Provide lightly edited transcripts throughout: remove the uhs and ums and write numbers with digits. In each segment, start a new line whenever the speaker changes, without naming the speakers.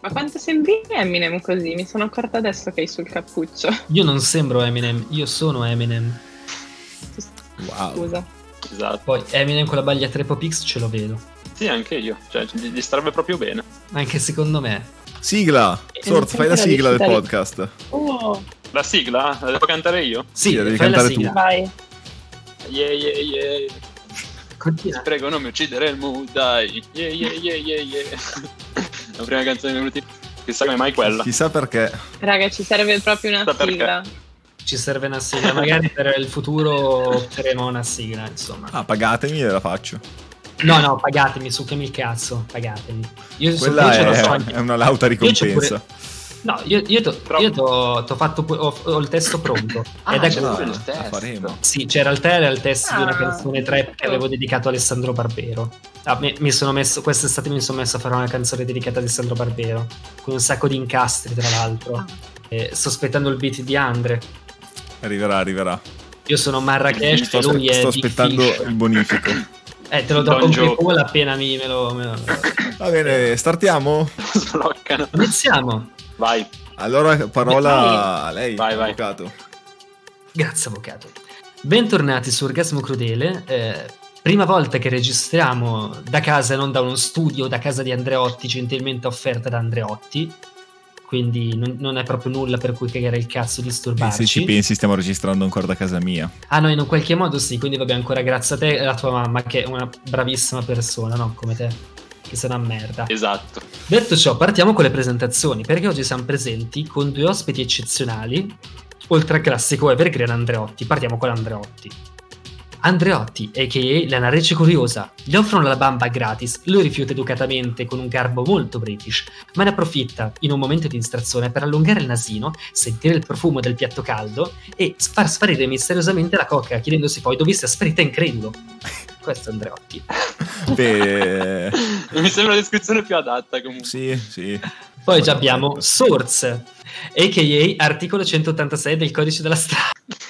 Ma quanto sembri Eminem così? Mi sono accorta adesso che hai sul cappuccio.
Io non sembro Eminem, io sono Eminem.
Wow.
Scusa.
Esatto.
Poi Eminem con la baglia 3 Pop X ce lo vedo.
Sì, anche io. Cioè, gli starebbe proprio bene.
Anche secondo me.
Sigla! Sorz, fai la sigla del podcast.
Oh,
La sigla? La devo cantare io?
Sì,
la devi
fai la
cantare
sigla.
tu.
vai.
Yeah, yeah, yeah.
Continua.
Prego, non mi uccidere il mood, dai. Yeah, yeah, yeah, yeah, yeah. La prima canzone dei minuti. Chissà come mai quella.
Chissà perché.
Raga, ci serve proprio una
Chissà perché.
sigla.
Ci serve una sigla, magari per il futuro opteremo una sigla, insomma.
Ah, pagatemi e la faccio.
No, pagatemi, succhiami il cazzo, pagatemi. Io
Quella
ce lo so anche.
è una lauta ricompensa.
No, io t'ho fatto ho il testo pronto. Ed
c'è
ecco,
pure il
la
testo.
faremo.
sì, c'era il testo di una
Ah.
canzone trap che avevo dedicato a Alessandro Barbero. Mi sono messo, quest'estate mi sono messo a fare una canzone dedicata a Alessandro Barbero, con un sacco di incastri, tra l'altro. Sospettando il beat di Andre.
Arriverà.
Io sono Marrakesh e lui è
Sto
Big
aspettando
Fish.
il bonifico.
Te lo do
Don
con
Joe.
Paul appena me lo...
Va bene, startiamo?
Sbloccano.
Iniziamo.
Vai.
Allora, parola a lei,
Vai.
avvocato.
Grazie, avvocato. Bentornati su Orgasmo Crudele. Prima volta che registriamo da casa e non da uno studio, da casa di Andreotti, gentilmente offerta da Andreotti. Quindi non è proprio nulla per cui cagare il cazzo,
E
disturbarci.
se ci pensi, stiamo registrando ancora da casa mia.
Ah no, in un qualche modo sì, quindi vabbè, ancora grazie a te e alla tua mamma, che è una bravissima persona, no? Come te, che sei una merda.
Esatto.
Detto ciò, partiamo con le presentazioni, perché oggi siamo presenti con due ospiti eccezionali, oltre al classico Evergreen Andreotti. Partiamo con Andreotti. Andreotti, a.k.a. la Narece Curiosa, gli offrono la bamba gratis, lui rifiuta educatamente con un garbo molto british, ma ne approfitta in un momento di distrazione per allungare il nasino, sentire il profumo del piatto caldo e far sparire misteriosamente la coca, chiedendosi poi dove sia sparita incredulo. Questo è Andreotti.
Beh,
Mi sembra la descrizione più adatta comunque.
sì.
Poi già abbiamo Source, a.k.a. articolo 186 del codice della strada.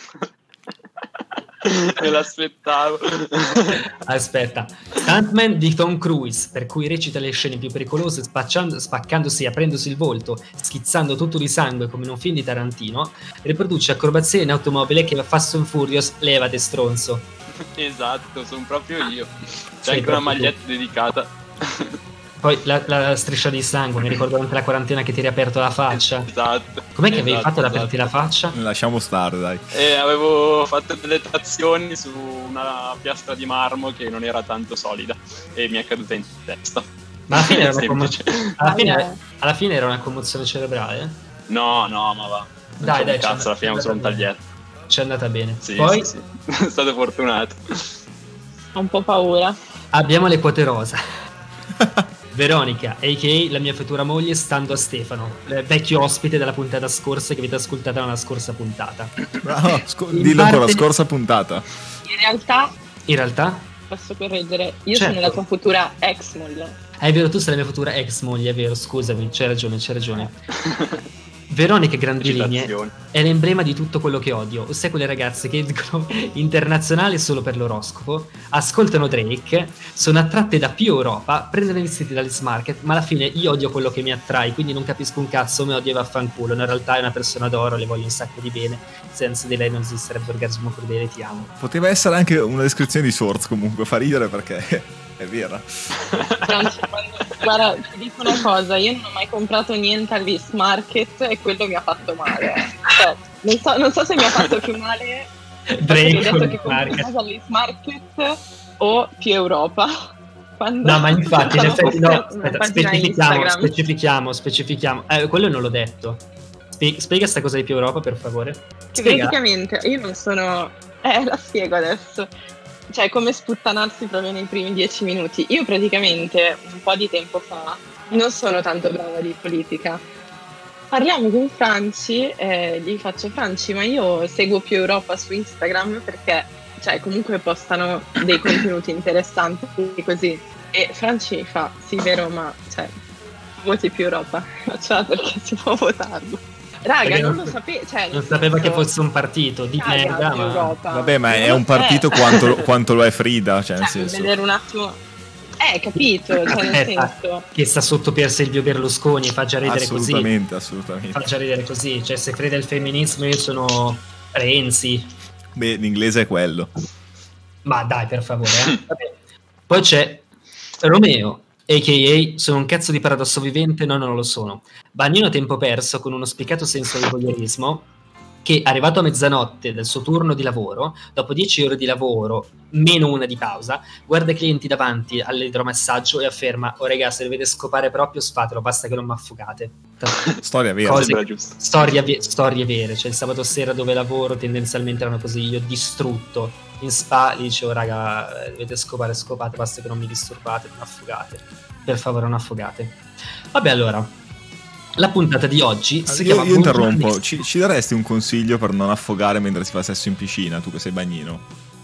Me l'aspettavo.
Aspetta, stuntman di Tom Cruise, per cui recita le scene più pericolose spaccandosi e aprendosi il volto, schizzando tutto di sangue come in un film di Tarantino, riproduce acrobazie in automobile che Fast and Furious leva de stronzo.
Esatto, sono proprio io. C'è
Sei
anche una
proprio
maglietta dedicata.
Poi la striscia di sangue, mi ricordo durante la quarantena che ti eri aperto la faccia.
Esatto.
Com'è che avevi
Esatto,
fatto ad aprirti la faccia?
Lasciamo stare, dai.
E avevo fatto delle trazioni su una piastra di marmo che non era tanto solida e mi è caduta in testa.
Ma alla fine era una,
Semplice.
alla fine era una commozione cerebrale?
No, ma va.
Dai,
Dai,
c'è
cazzo, alla fine ho solo un taglietto.
C'è andata bene.
Sì,
Poi
sì. Sono stato fortunato.
Ho un po' paura.
abbiamo le quote rosa. Veronica, a.k.a. la mia futura moglie, stando a Stefano, vecchio ospite della puntata scorsa che avete ascoltato nella scorsa puntata.
Bravo,
In
dillo ancora,
parte-
scorsa puntata.
In realtà,
In realtà,
posso correggere, io
Certo.
sono la tua futura ex moglie.
è vero, tu sei la mia futura ex moglie, è vero, scusami, c'hai ragione. Veronica Grandilinie
Citazioni.
è l'emblema di tutto quello che odio, ossia quelle ragazze che dicono internazionale solo per l'oroscopo, ascoltano Drake, sono attratte da più Europa, prendono i vestiti dall'S Market, ma alla fine io odio quello che mi attrae, quindi non capisco un cazzo, mi odio e vaffanculo. In realtà è una persona d'oro, le voglio un sacco di bene, senza di lei non esisterebbe Orgasmo Crudele, ti amo.
Poteva essere anche una descrizione di Swords, comunque, fa ridere perché è vera.
Guarda, ti dico una cosa, io non ho mai comprato niente all'East Market e quello mi ha fatto male. Cioè, non so se mi ha fatto più male
Drake
perché ho
con
detto
il
che compro
Market.
casa all'East Market o più Europa. Quando
No, ma infatti, in
sono
effetti, no,
postato una
aspetta,
pagina
specifichiamo. Quello non l'ho detto. Spiega sta cosa di più Europa, per favore.
Che
Spiega.
praticamente io non sono... la spiego adesso. Cioè, come sputtanarsi proprio nei primi 10 minuti. Io praticamente, un po' di tempo fa, non sono tanto brava di politica. Parliamo con Franci, gli faccio: Franci, ma io seguo più Europa su Instagram perché, cioè, comunque postano dei contenuti interessanti così. E Franci mi fa: sì, vero, ma, cioè, voti più Europa. Cioè, perché si può votarlo. Raga,
Perché
non lo sapevo, cioè,
Non sapeva che fosse un partito di
caga
merda,
più
ma...
Europa.
Vabbè, ma
Non
è
lo
un partito quanto lo è Frida, cioè nel
cioè,
senso.
vedere un attimo. Capito, cioè nel
Aspetta,
senso...
che sta sotto per Silvio Berlusconi, fa già ridere così.
Assolutamente.
Fa già ridere così, cioè se crede al femminismo io sono Renzi.
Beh, l'inglese è quello.
Ma dai, per favore. Vabbè. Poi c'è Romeo, a.k.a. sono un cazzo di paradosso vivente, no, non lo sono. Bagnino a tempo perso con uno spiccato senso di voyeurismo che, arrivato a mezzanotte del suo turno di lavoro, dopo 10 ore di lavoro, meno una di pausa, guarda i clienti davanti all'idromassaggio e afferma: oh raga, se dovete scopare proprio, sfatelo, basta che non mi affogate.
Storia vera.
Cose-
Sembra giusto.
storie vere, cioè il sabato sera dove lavoro tendenzialmente erano così, io distrutto in spa, gli dicevo raga, dovete scopare, scopate, basta che non mi disturbate, non affogate, per favore non affogate. Vabbè, allora la puntata di oggi si chiama
Io interrompo,
Buongiorno.
ci daresti un consiglio per non affogare mentre si fa sesso in piscina, tu che sei bagnino?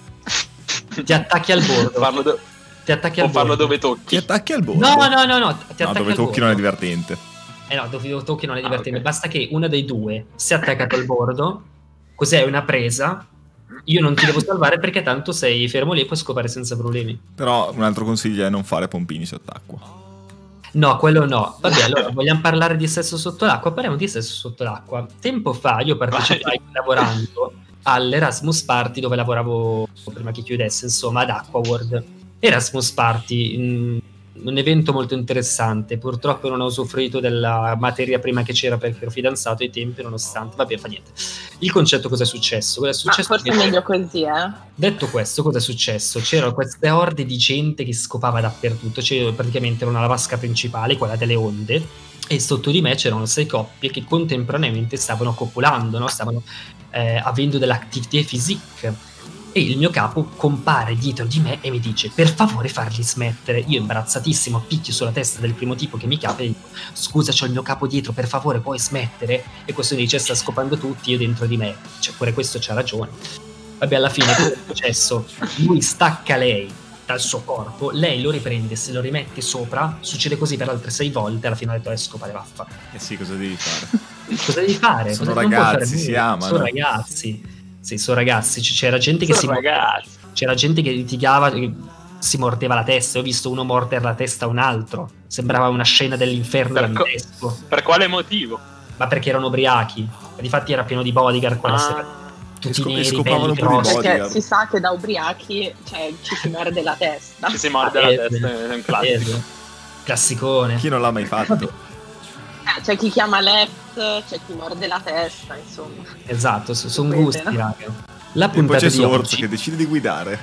Ti attacchi al bordo. Ti attacchi al
farlo
bordo.
dove
Ti
tocchi.
attacchi al bordo?
No, ti
No,
attacchi
dove
al
tocchi non è
bordo.
divertente.
No, dove tocchi non è divertente.
Ok.
Basta che uno dei due sia attaccato al bordo, così hai una presa. Io non ti devo salvare perché tanto sei fermo lì e puoi scopare senza problemi.
Però un altro consiglio è non fare pompini sott'acqua.
No, quello no. Vabbè, allora vogliamo parlare di sesso sotto l'acqua? Parliamo di sesso sotto l'acqua. Tempo fa io partecipai lavorando all'Erasmus Party dove lavoravo prima che chiudesse, insomma, ad Aquaworld. Erasmus Party, un evento molto interessante. Purtroppo non ho usufruito della materia prima che c'era perché ero fidanzato ai tempi, nonostante. Vabbè, fa niente. Il concetto cosa è successo? Cosa è
Ma
successo?
forse è meglio così,
Detto questo, cosa è successo? C'erano queste orde di gente che scopava dappertutto, c'era praticamente una vasca principale, quella delle onde, e sotto di me c'erano 6 coppie che contemporaneamente stavano copulando, no? Stavano avendo dell'activité physique. E il mio capo compare dietro di me e mi dice: per favore farli smettere. Io imbarazzatissimo picchio sulla testa del primo tipo che mi capita e dico: scusa, c'ho il mio capo dietro, per favore puoi smettere? E questo mi dice: sta scopando tutti, io dentro di me. Cioè pure questo c'ha ragione. Vabbè, alla fine cosa è successo? Lui stacca lei dal suo corpo, lei lo riprende, se lo rimette sopra, succede così per altre 6 volte, alla fine ho detto scopare, vaffa.
Eh sì, cosa devi fare?
Cosa devi fare?
Sono
Non puoi fare
ragazzi, si
nulla.
amano.
Sono ragazzi. Sì, sono ragazzi. C'era gente che
Ragazzi.
c'era gente che litigava, che si mordeva la testa. Ho visto uno mordere la testa a un altro. Sembrava una scena dell'inferno dantesco.
Per quale motivo?
Ma perché erano ubriachi. Difatti era pieno di bodyguard quella sera. Tutti
E
neri,
scopavano
belli,
pure i
grossi.
perché
bodyguard.
si sa che da ubriachi ci si morde la testa.
Ci si morde la testa, è un classico.
Classicone.
Chi non l'ha mai fatto?
C'è chi chiama left, c'è chi morde la testa, insomma.
Esatto, sono
Quelle,
gusti,
no?
raga. La
E poi
puntata
c'è
di
Sorz
oggi
che decide di guidare.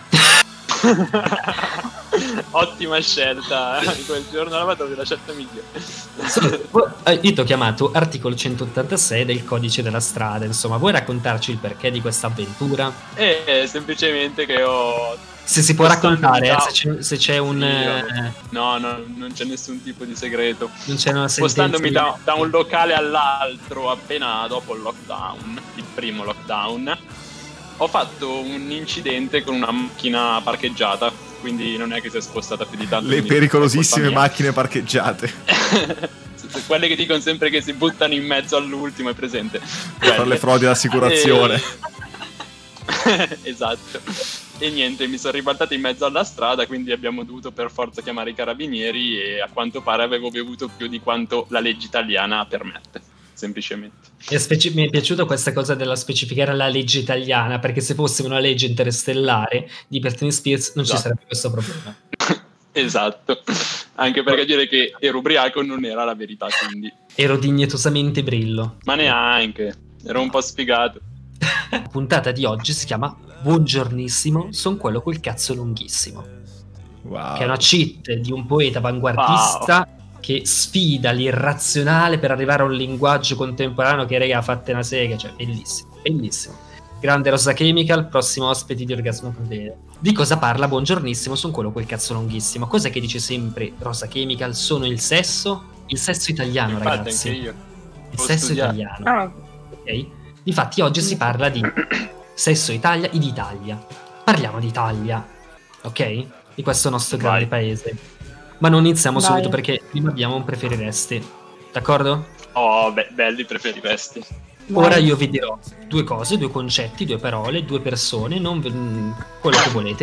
Ottima scelta. In quel giorno l'ho fatto la scelta migliore.
io ti ho chiamato articolo 186 del codice della strada, insomma, vuoi raccontarci il perché di questa avventura?
E semplicemente che ho...
Se si può raccontare,
Spostandomi
se c'è un...
No, non c'è nessun tipo di segreto.
non c'è una
Spostandomi
sentenza
da un locale all'altro appena dopo il lockdown, il primo lockdown, ho fatto un incidente con una macchina parcheggiata, quindi non è che si è spostata più di tanto.
Le
quindi
pericolosissime
è colpa mia.
macchine parcheggiate.
Quelle che dicono sempre che si buttano in mezzo all'ultimo, è presente?
Per fare le frodi all'assicurazione.
Esatto. E niente, mi sono ribaltato in mezzo alla strada, quindi abbiamo dovuto per forza chiamare i carabinieri e a quanto pare avevo bevuto più di quanto la legge italiana permette, semplicemente.
Mi è piaciuta questa cosa della specificare la legge italiana, perché se fosse una legge interstellare di Britney Spears non ci
Esatto.
sarebbe questo problema.
Esatto, anche perché dire che ero ubriaco non era la verità, quindi.
Ero dignitosamente brillo.
Ma neanche, ero un po' sfigato.
La puntata di oggi si chiama Buongiornissimo, son quello col cazzo lunghissimo,
Wow.
che è una cheat di un poeta avanguardista che sfida l'irrazionale per arrivare a un linguaggio contemporaneo che raga fatte una sega, cioè bellissimo, bellissimo. Grande Rosa Chemical, prossimo ospite di Orgasmo Crudele. Di cosa parla Buongiornissimo, son quello col cazzo lunghissimo? Cos'è che dice sempre Rosa Chemical? Sono il sesso italiano,
Infatti
ragazzi.
anche io.
Il
Ho
sesso
studiato.
italiano.
Ah,
Ok? Difatti oggi si parla di sesso Italia e d'Italia. Parliamo d'Italia, ok? Di questo nostro grande
Vai.
paese. Ma non iniziamo
Vai.
subito perché prima abbiamo un preferiresti. D'accordo?
Oh, belli preferiresti.
Ora io vi dirò 2 cose, 2 concetti, 2 parole, 2 persone, quello che volete.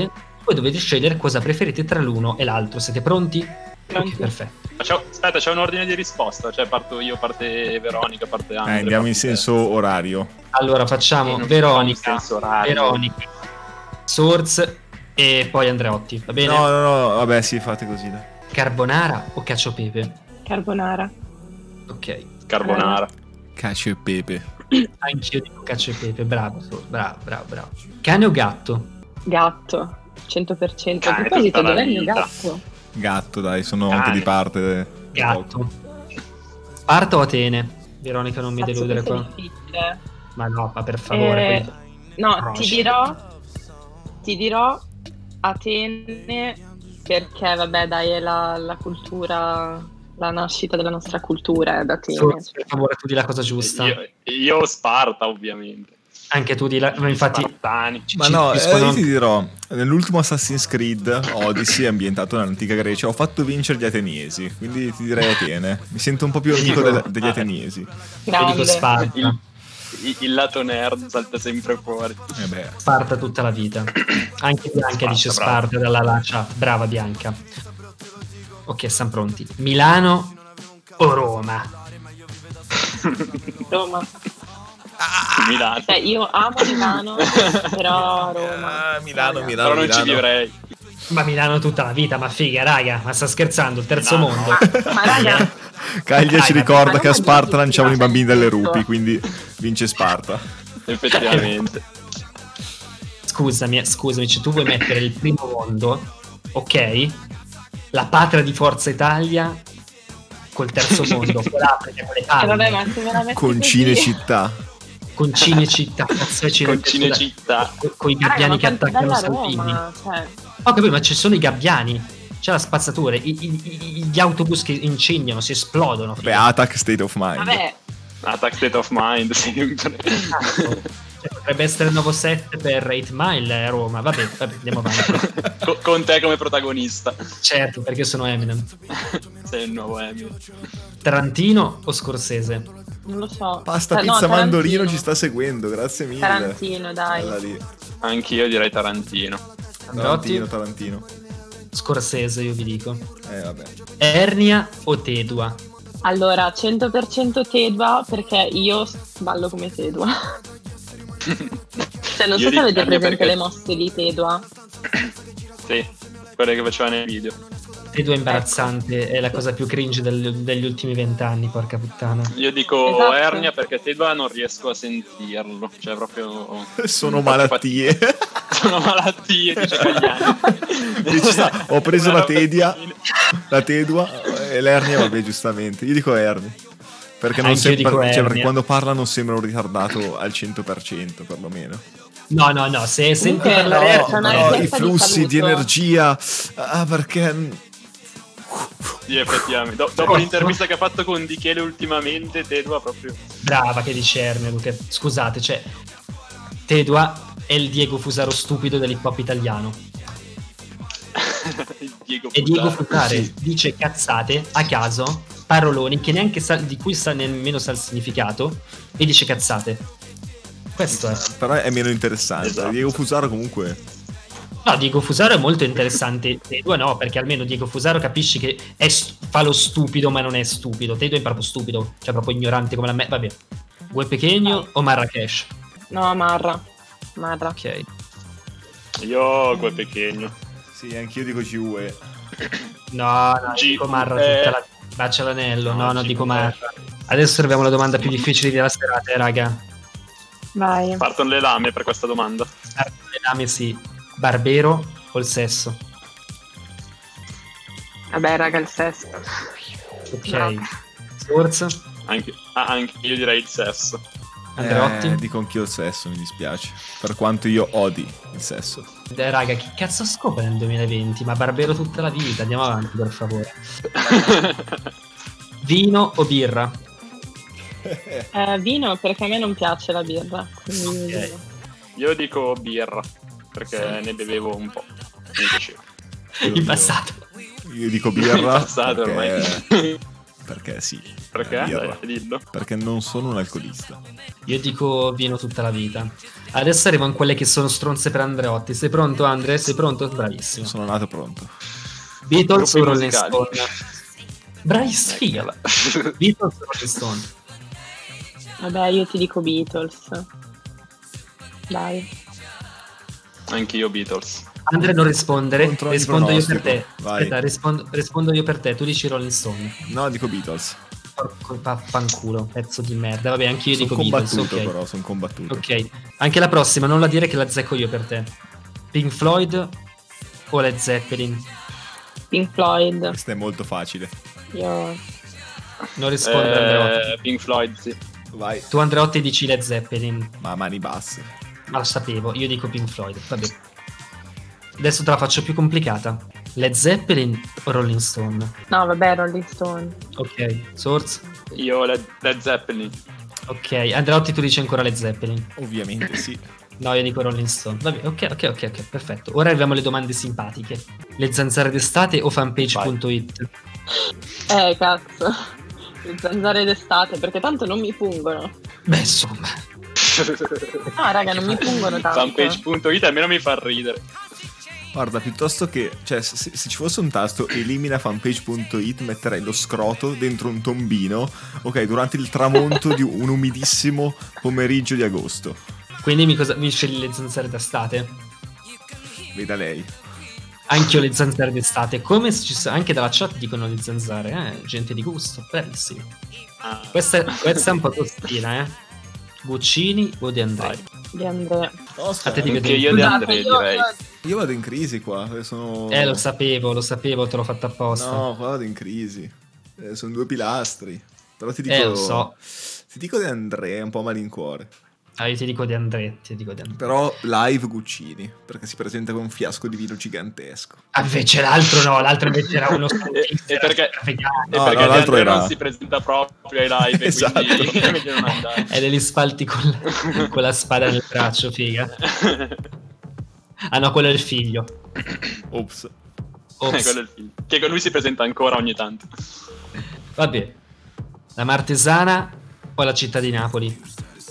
Voi dovete scegliere cosa preferite tra l'uno e l'altro. Siete pronti?
Pronti.
Ok, perfetto.
Aspetta, c'è un ordine di risposta, cioè parto io, parte Veronica, parte Andre.
Andiamo in
parte
senso orario.
Allora facciamo
non
Veronica,
fa un senso orario.
Veronica, Source e poi Andreotti, va bene?
No, vabbè, sì, fate così, dai.
Carbonara o cacio e pepe?
Carbonara.
Ok,
te. Carbonara.
Cacio e pepe.
anch'io dico cacio e pepe, bravo, bravo. Cane o gatto?
Gatto. 100%. A
Cane
proposito,
tutta la
dov'è il mio
vita.
gatto?
Gatto, dai, sono
Cane.
anche di parte.
Gatto. Sparta o Atene? Veronica, non mi
Cazzo,
deludere
questo è
qua.
difficile.
Ma no, ma per favore.
No,
Roche.
ti dirò Atene perché, vabbè, dai, è la cultura, la nascita della nostra cultura è ad Atene.
Source, per favore, tu di la cosa giusta.
Io Sparta, ovviamente.
Anche tu di la... Infatti,
Spartani.
Ma no,
dicono-
io ti dirò, nell'ultimo Assassin's Creed Odyssey, ambientato nell'antica Grecia, ho fatto vincere gli ateniesi, quindi ti direi Atene. Mi sento un po' più amico degli ateniesi.
io
Grande.
dico Sparta.
Il lato nerd salta sempre fuori.
Beh.
Sparta tutta la vita. Anche Bianca
Sparta,
dice
brava.
Sparta dalla Lacia. Brava Bianca. Ok, siamo pronti. Milano o Roma?
Roma.
Milano.
Cioè, io amo Milano, però Roma.
Milano,
Raga.
Milano.
Però non ci vivrei.
Ma Milano tutta la vita, ma figa, raga, ma sta scherzando, il terzo
Milano.
mondo.
Ma raga,
Caglia ci
Dai,
ricorda
ma
che a
non
Sparta
dici,
lanciavano i
ma
bambini
c'è
dalle
tutto.
rupi, quindi vince Sparta.
Effettivamente.
Scusami, se tu vuoi mettere il primo mondo, ok? La patria di Forza Italia col terzo mondo, con l'Africa, con le
vabbè,
palme,
ma se me la metti
Con
così-
Cinecittà.
con Cinecittà, cazzo
Con Cinecittà.
con i
Raga,
gabbiani
ma
che
quanto è
attaccano
bella
Salvini.
Roma, cioè.
Ho capito, ma ci sono i gabbiani, c'è la spazzatura, gli autobus che incendiano, si esplodono.
Beh,
figa.
Attack State of Mind.
Vabbè,
Attack State of Mind, sempre.
Cazzo. Cioè, potrebbe essere il nuovo set per 8 Mile a Roma. Vabbè, andiamo avanti.
Con te come protagonista.
Certo, perché sono Eminem.
Sei il nuovo Eminem.
Tarantino o Scorsese?
non lo so.
Pasta,
No,
pizza,
Tarantino.
mandolino ci sta seguendo, grazie mille.
Tarantino, dai.
Bella lì.
Anch'io direi Tarantino.
Andreotti?
Tarantino.
Scorsese, io vi dico.
Vabbè.
Ernia o Tedua?
Allora, 100% Tedua perché io ballo come Tedua. Cioè, non so
Io
se avete
di-
presente
perché-
le mosse di Tedua.
Sì, quelle che faceva nei video.
Tedua è imbarazzante, è la cosa più cringe degli ultimi 20 anni, porca puttana.
Io dico
Esatto.
Ernia perché Tedua non riesco a sentirlo. Cioè, proprio.
Sono malattie.
Sono malattie, dice Cagliani.
Ci sta. Ho preso la tedia, la tedua e l'ernia, vabbè, giustamente. Io dico ernia. Perché non
Anch'io
sembra,
dico
cioè, perché
ernia.
quando parla non sembra un ritardato al 100%, perlomeno.
No, se senti
Comunque,
parlare
no, c'è una
No, i
richiesta di
flussi di
saluto.
energia. Perché.
Sì, effettivamente. Dopo l'intervista che ha fatto con Dichele ultimamente, Tedua proprio.
brava che dice Ernia, Luca. Scusate, cioè Tedua è il Diego Fusaro stupido dell'hip hop italiano.
Diego
E Diego
Fusaro.
Fusare
Sì.
dice cazzate a caso, paroloni che neanche di cui sa nemmeno sa il significato, e dice cazzate. Questo è.
Però è meno interessante.
Esatto.
Diego Fusaro comunque.
No, Diego Fusaro è molto interessante. Tedua no, perché almeno Diego Fusaro capisci che fa lo stupido, ma non è stupido. Tedua è proprio stupido, cioè proprio ignorante come la me. Vabbè. Gue Pequeno o Marrakesh?
No, Marra.
Ok.
Io quel pechegno.
Sì, anch'io dico GUE.
No,
G-
dico Marra tutta la bacia l'anello. No,
G-
dico Marra. Adesso troviamo la domanda più difficile della serata, raga.
Vai.
Partono le lame per questa domanda.
Legame sì. Barbero o il sesso?
Vabbè, raga, il sesto.
Ok.
No.
Forza?
Anche io direi il sesso.
Andreotti?
Dico anch'io il sesso, mi dispiace. Per quanto io odi il sesso.
Raga, che cazzo scopre nel 2020? Ma Barbero tutta la vita. Andiamo avanti, per favore. Vino o birra?
Vino perché a me non piace la birra. Quindi...
Ok.
Io dico birra, perché ne bevevo un po'. Mi piaceva.
In passato.
Io dico birra.
In passato
perché
ormai.
Perché sì.
Perché?
dirla.
Dai, dillo.
Perché non sono un alcolista.
Io dico vino tutta la vita. Adesso arrivano quelle che sono stronze per Andreotti. Sei pronto, Andre? Sei pronto? Bravissimo.
Sono nato pronto.
Beatles
Gruppi
o Rolling
musicali.
Stone? Bravissimo. Beatles o Rolling Stone?
Vabbè, io ti dico Beatles. Dai.
Anch'io Beatles.
Andre, non rispondere.
Contro ogni
Rispondo io per te.
pronostico. Vai.
Aspetta, rispondo io per te. Tu dici Rolling Stone.
No, dico Beatles.
Porco fanculo, pezzo di merda. Vabbè, anch'io
Sono
dico Beatles.
combattuto,
Ok.
però, sono combattuto.
Ok. Anche la prossima, non la dire che la zecco io per te. Pink Floyd o Led Zeppelin?
Pink Floyd.
Questo è molto facile.
Io...
Non risponde Andreotti.
Pink Floyd, sì.
Vai.
Tu Andreotti dici Led Zeppelin.
Ma a mani basse.
Ma lo sapevo, io dico Pink Floyd. Vabbè. Adesso te la faccio più complicata. Led Zeppelin o Rolling Stone?
No, vabbè, Rolling Stone.
Ok, Source.
Io Led Zeppelin.
Ok, Andreotti tu dici ancora Led Zeppelin.
Ovviamente sì.
No, io dico Rolling Stone. Vabbè, ok, perfetto. Ora arriviamo alle domande simpatiche. Le zanzare d'estate o fanpage.it?
Cazzo. Le zanzare d'estate, perché tanto non mi pungono.
Beh, insomma.
No, raga, non mi pungono tanto.
Fanpage.it almeno mi fa ridere.
Guarda, piuttosto che... Cioè, se ci fosse un tasto elimina fanpage.it, metterei lo scroto dentro un tombino, ok, durante il tramonto di un umidissimo pomeriggio di agosto.
Quindi mi scegli le zanzare d'estate?
Veda lei.
Anch'io le zanzare d'estate. Come anche dalla chat dicono le zanzare, gente di gusto. Bellissimo.
Ah,
Questa è un po' tostina, eh. Guccini o De André?
Di Andrea.
Oscar,
A te di
anche io di
Scusate,
Andrea direi.
io vado in crisi qua. Sono...
Lo sapevo, te l'ho fatta apposta.
No, qua vado in crisi. Sono due pilastri. Però ti dico...
Lo so.
Ti dico di Andrea, un po' a malincuore.
Ah, io ti dico De André,
Però live Guccini, perché si presenta con un fiasco di vino gigantesco.
Ah, invece l'altro invece era uno
E perché,
No,
perché
l'altro
Andrea
era-
non si presenta proprio ai live,
Esatto.
quindi è meglio non andare.
E li spalti con la spada nel braccio, figa. Ah no, quello è il figlio.
Ops.
Ops.
Quello è il film. Che con lui si presenta ancora ogni tanto.
Vabbè. La Martesana o la città di Napoli?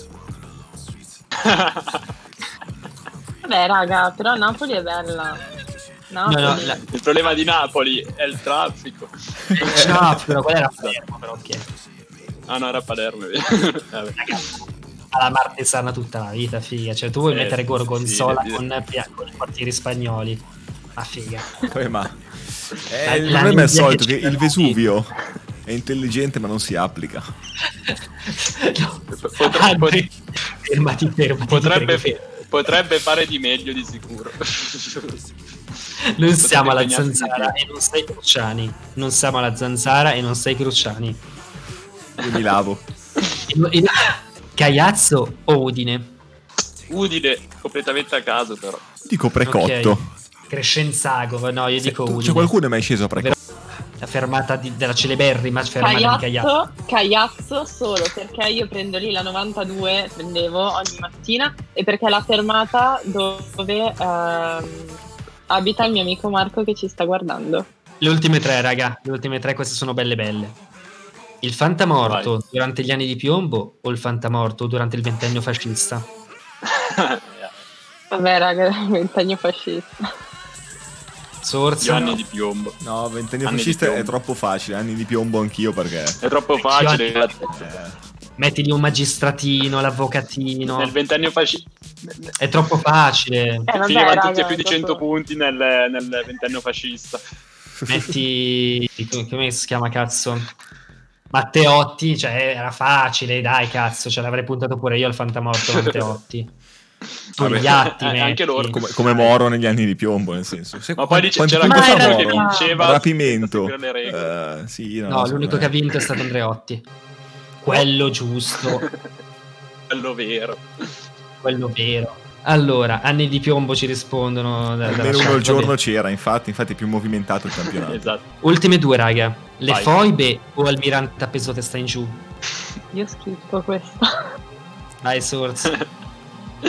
Vabbè, raga, però Napoli è bella. Napoli.
No,
Il problema di Napoli è il traffico.
no, però quella era Palermo, però ok.
Ah no, era Palermo. Vabbè.
Alla Martesana tutta la vita, figa. Cioè, tu vuoi mettere Gorgonzola
sì.
con i quartieri spagnoli. Ma figa.
Come ma?
La-
Il
la
problema è il
Ninja
solito,
che
che
c'è
il
da
Vesuvio è intelligente ma non si applica.
No.
Potre-
Andri, fermati.
Potrebbe,
prego.
potrebbe fare di meglio di sicuro.
Non siamo alla
impegnarsi di
zanzara
più.
e non sei Cruciani. Non siamo alla zanzara e non sei Cruciani.
Io mi lavo.
Caiazzo o Udine?
Udine completamente a caso però.
Dico precotto.
Ok. Crescenzago, no, io dico Udine.
C'è qualcuno mai sceso a precotto?
La fermata della celeberrima fermata di Caiazzo.
Caiazzo solo perché io prendo lì la 92, prendevo ogni mattina, e perché è la fermata dove abita il mio amico Marco che ci sta guardando.
Le ultime tre, raga. Le ultime tre, queste sono belle. Il fantamorto durante gli anni di piombo o il fantamorto durante il ventennio fascista?
Vabbè, raga, ventennio fascista.
Gli
Sorza.
anni di piombo.
No, ventennio
Anni di
fascista è
piombo.
troppo facile. Anni di piombo anch'io perché...
È troppo facile.
Mettili un magistratino, l'avvocatino.
Nel ventennio fascista
È troppo facile.
Vabbè,
finivano
raga,
tutti a più di
dopo-
100 punti nel ventennio fascista.
Metti. Come si chiama, cazzo? Matteotti, cioè era facile, dai, cazzo. Ce l'avrei puntato pure io al fantamorto Matteotti. Togliatti,
Anche
metti.
loro.
Come Moro negli anni di piombo, nel senso.
Ma poi dice,
Quanti
c'era
punti
anche
fa
quello che
Moro?
vinceva
Rapimento.
senza seguire le regole.
Sì,
No, l'unico che ha
secondo me.
vinto è stato Andreotti. Quello giusto,
Quello vero.
quello vero. Allora, anni di piombo ci rispondono. Dalla
Almeno
chat,
uno al giorno
vabbè.
c'era, infatti è più movimentato il campionato.
Esatto.
Ultime due, raga. Le
Vai.
foibe o Almirante appeso testa in giù?
Io schifo questa.
Dai, Source.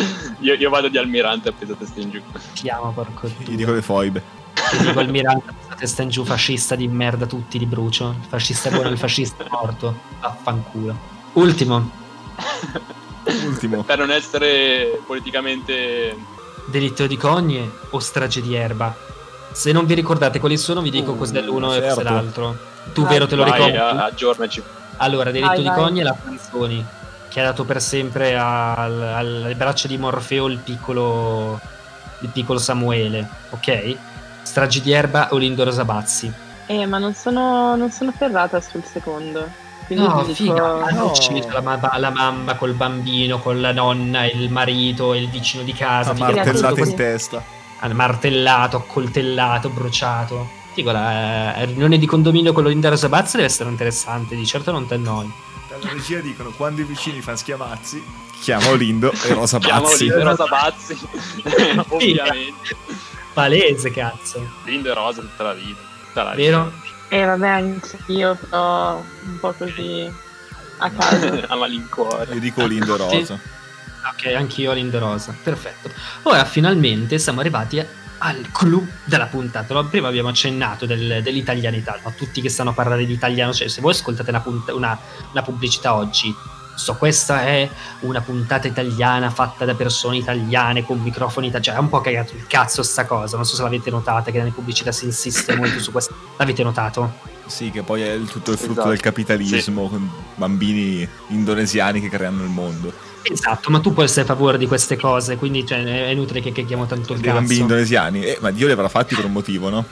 Io vado di Almirante appeso testa in giù.
Ti amo, porco
Gli dico le foibe.
Ti dico Almirante testa in giù, fascista di merda, tutti li brucio. Il fascista buono, il fascista morto. Affanculo. Ultimo.
Per non essere politicamente...
Delitto di Cogne o strage di Erba? Se non vi ricordate quali sono, vi dico cos'è l'uno e cos'è l'altro. Tu, vero, te lo ricordi?
Aggiornaci.
Allora, Delitto di
Vai.
Cogne è la Franzoni, che ha dato per sempre alle braccia di Morfeo il piccolo Samuele, ok? Stragi di Erba o Lindo Rosabazzi.
Ma non sono ferrata sul secondo. Quindi
No,
ti
figa,
dico...
hanno
no.
ucciso la mamma col bambino, con la nonna, il marito e il vicino di casa.
Ha
Figa,
martellato
tutto
in testa.
hanno martellato, accoltellato, bruciato. Dico, la riunione di condominio con Linda Rosabazzi deve essere interessante, di certo non te noi.
Dalla regia dicono: quando i vicini fanno schiamazzi, chiamo Lindo e Rosa
Chiamo
Bazzi.
Lindo e Rosa Bazzi. Ovviamente.
Palese, cazzo.
Lindo e Rosa tutta la vita. Tutta la
Vero?
Vabbè, anche io, però un po' così a caso.
vita. A malincuore.
Io dico Lindo e Rosa.
Ok, anch'io Lindo Rosa. Perfetto. Ora finalmente siamo arrivati al clou della puntata. No, prima abbiamo accennato dell'italianità, no? Tutti che stanno a parlare di italiano, cioè se voi ascoltate una pubblicità oggi, questa è una puntata italiana fatta da persone italiane con microfoni italiani, cioè è un po' cagato il cazzo sta cosa, non so se l'avete notata, che nelle pubblicità si insiste molto su questo. L'avete notato?
Sì, che poi è tutto il frutto
Esatto.
del capitalismo, con bambini indonesiani che creano il mondo.
Esatto, ma tu puoi essere a favore di queste cose, quindi cioè, è inutile che caghiamo tanto il
Dei
cazzo.
bambini indonesiani. Ma Dio li avrà fatti per un motivo, no?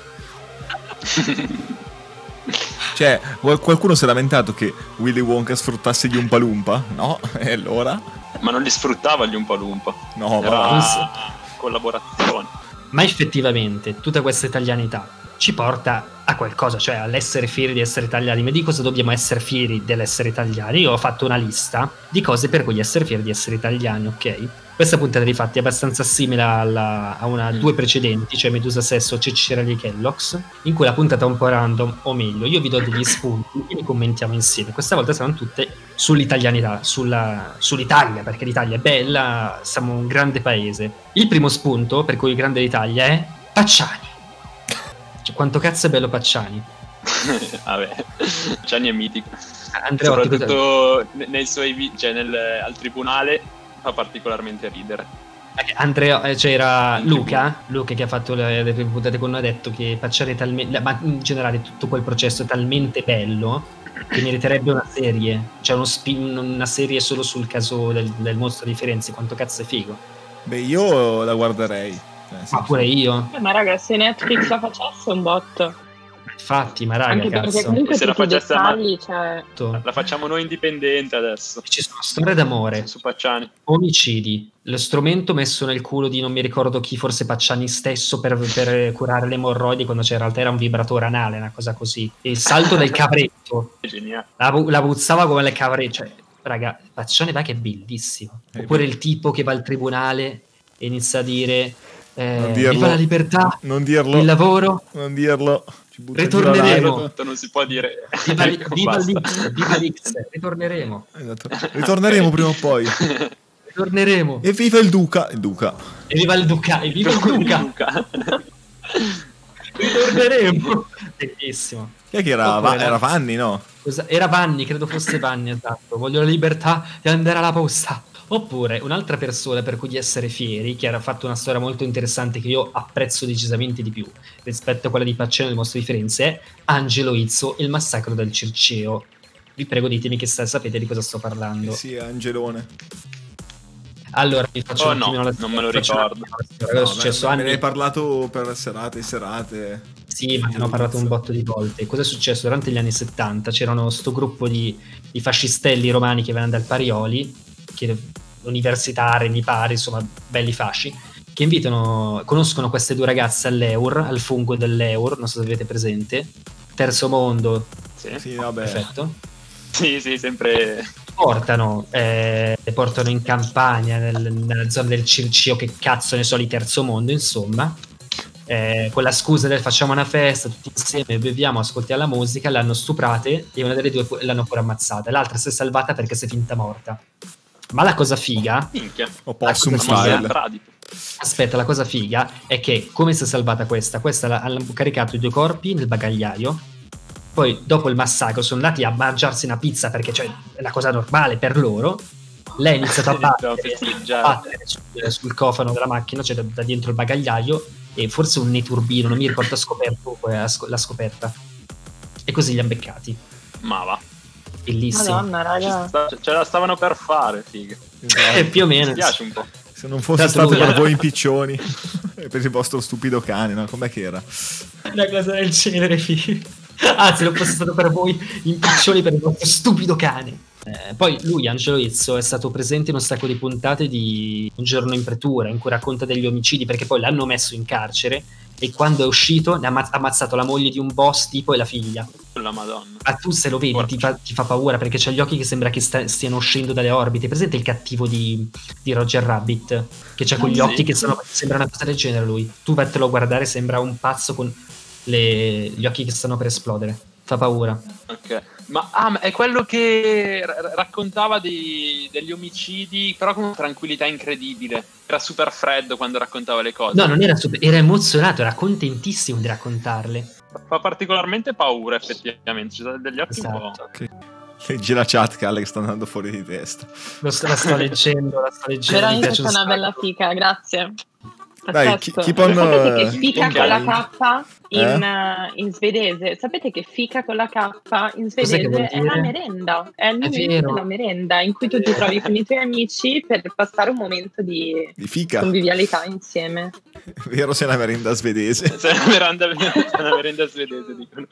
Cioè, qualcuno si è lamentato che Willy Wonka sfruttasse gli Oompa Loompa? No? E allora?
Ma non li sfruttava gli Oompa Loompa.
No,
Era
ma...
collaborazione.
Ma effettivamente tutta questa italianità ci porta a qualcosa, cioè all'essere fieri di essere italiani. Ma di cosa dobbiamo essere fieri dell'essere italiani? Io ho fatto una lista di cose per cui essere fieri di essere italiani, ok? Questa puntata di fatti è abbastanza simile a due precedenti, cioè Medusa Sesso, Ciccerelli e Kellogg's, in cui la puntata è un po' random, o meglio, io vi do degli spunti e li commentiamo insieme. Questa volta saranno tutte sull'italianità, sull'Italia, perché l'Italia è bella, siamo un grande paese. Il primo spunto, per cui il grande l'Italia, è Pacciani. Cioè, quanto cazzo è bello Pacciani.
Vabbè, Gianni è mitico.
Andreotti,
soprattutto nei suoi cioè al tribunale fa particolarmente ridere.
c'era Luca che ha fatto le prime puntate con noi, ha detto che Pacciani è talmente, ma in generale tutto quel processo è talmente bello che meriterebbe una serie, cioè una serie solo sul caso del mostro di Firenze. Quanto cazzo è figo.
Beh, io la guarderei.
Ma pure io.
Ma raga, se Netflix la facesse è un botto.
Infatti, ma raga,
Anche perché
cazzo.
comunque
Se la
tutti i
facesse
dettagli, cioè...
La facciamo noi indipendente adesso.
Ci sono storie d'amore,
Su Pacciani.
omicidi, lo strumento messo nel culo di non mi ricordo chi, forse Pacciani stesso, per curare le emorroidi, quando c'era in realtà era un vibratore anale, una cosa così. Il salto del capretto,
È geniale.
la puzzava come le capre, cioè, raga, Pacciani va che è bellissimo. Oppure il tipo che va al tribunale e inizia a dire viva la libertà,
Non dirlo.
il lavoro,
Non dirlo. Ci butta giù la
ritorneremo.
live.
Tutto non si può dire.
viva
Basta.
l'X, ritorneremo.
Esatto. Ritorneremo prima o poi.
Ritorneremo.
E viva il Duca. Il Duca.
E viva il Duca, e viva il Duca.
Luca.
Ritorneremo. Bellissimo.
Chi è che era?
Oppure,
Era Vanni, no?
Era Vanni, credo fosse Vanni, esatto. Voglio la libertà di andare alla posta. Oppure un'altra persona per cui di essere fieri, che ha fatto una storia molto interessante che io apprezzo decisamente di più rispetto a quella di Pacciano del Mostro di Firenze, è Angelo Izzo e il massacro del Circeo. Vi prego, ditemi che sapete di cosa sto parlando.
Sì, Angelone.
Allora, vi faccio un attimino
non me lo ricordo.
Cosa è successo?
Me ne hai parlato per serate e serate.
Sì, ma ne ho parlato un botto di volte. Cosa è successo? Durante gli anni 70 c'erano sto gruppo di fascistelli romani che venivano dal Parioli, che universitari, mi pare, insomma, belli fasci, che conoscono queste due ragazze all'Eur, al fungo dell'Eur, non so se avete presente, Terzo Mondo.
Sì, vabbè.
Perfetto.
Sì, sempre.
Le portano in campagna nella zona del Circeo, che cazzo ne so, di Terzo Mondo, insomma, con la scusa del facciamo una festa tutti insieme, beviamo, ascoltiamo la musica. L'hanno stuprate e una delle due l'hanno pure ammazzata, l'altra si è salvata perché si è finta morta. Ma la cosa figa,
O Possum
cosa figa-
Style.
Aspetta, la cosa figa è che come si è salvata questa hanno caricato i 2 corpi nel bagagliaio, poi dopo il massacro sono andati a mangiarsi una pizza perché cioè, è una cosa normale per loro. Lei ha iniziato a battere sul cofano della macchina, cioè da dietro il bagagliaio, e forse un neturbino, non mi ricordo, ha scoperto l'ha scoperta. E così li hanno beccati.
Ma va.
Bellissimo.
Madonna, raga.
Ce la stavano per fare, figa.
Più o meno.
Mi piace un po'.
Se non fosse stato per voi impiccioni, per il vostro stupido cane, no? Com'è che era?
Una cosa del genere, figa. Ah, se non fosse stato per voi impiccioni per il vostro stupido cane. Poi lui, Angelo Izzo, è stato presente in un sacco di puntate di Un giorno in pretura, in cui racconta degli omicidi, perché poi l'hanno messo in carcere e quando è uscito ne ha ammazzato la moglie di un boss tipo e la figlia.
La Madonna.
Ma tu se lo vedi ti fa paura, perché c'ha gli occhi che sembra che stiano uscendo dalle orbite. Presente il cattivo di Roger Rabbit, che c'ha quegli occhi che sembra una cosa del genere lui. Tu vattelo a guardare, sembra un pazzo con gli occhi che stanno per esplodere. Fa paura.
Ok. Ma è quello che raccontava degli omicidi, però con una tranquillità incredibile. Era super freddo quando raccontava le cose.
No, non era era emozionato, era contentissimo di raccontarle.
Fa particolarmente paura, effettivamente. C'è degli occhi un po'.
Okay. Leggi la chat, Calle, che sta andando fuori di testa.
La sto leggendo.
Veramente è una bella fica, grazie.
Dai, keep on,
sapete che fica con la K in svedese? Sapete che fica con la K in svedese è la merenda, è il momento della merenda in cui tu ti trovi con i tuoi amici per passare un momento di
fica,
convivialità insieme.
Vero, sei una merenda svedese.
Sei una merenda svedese, dicono.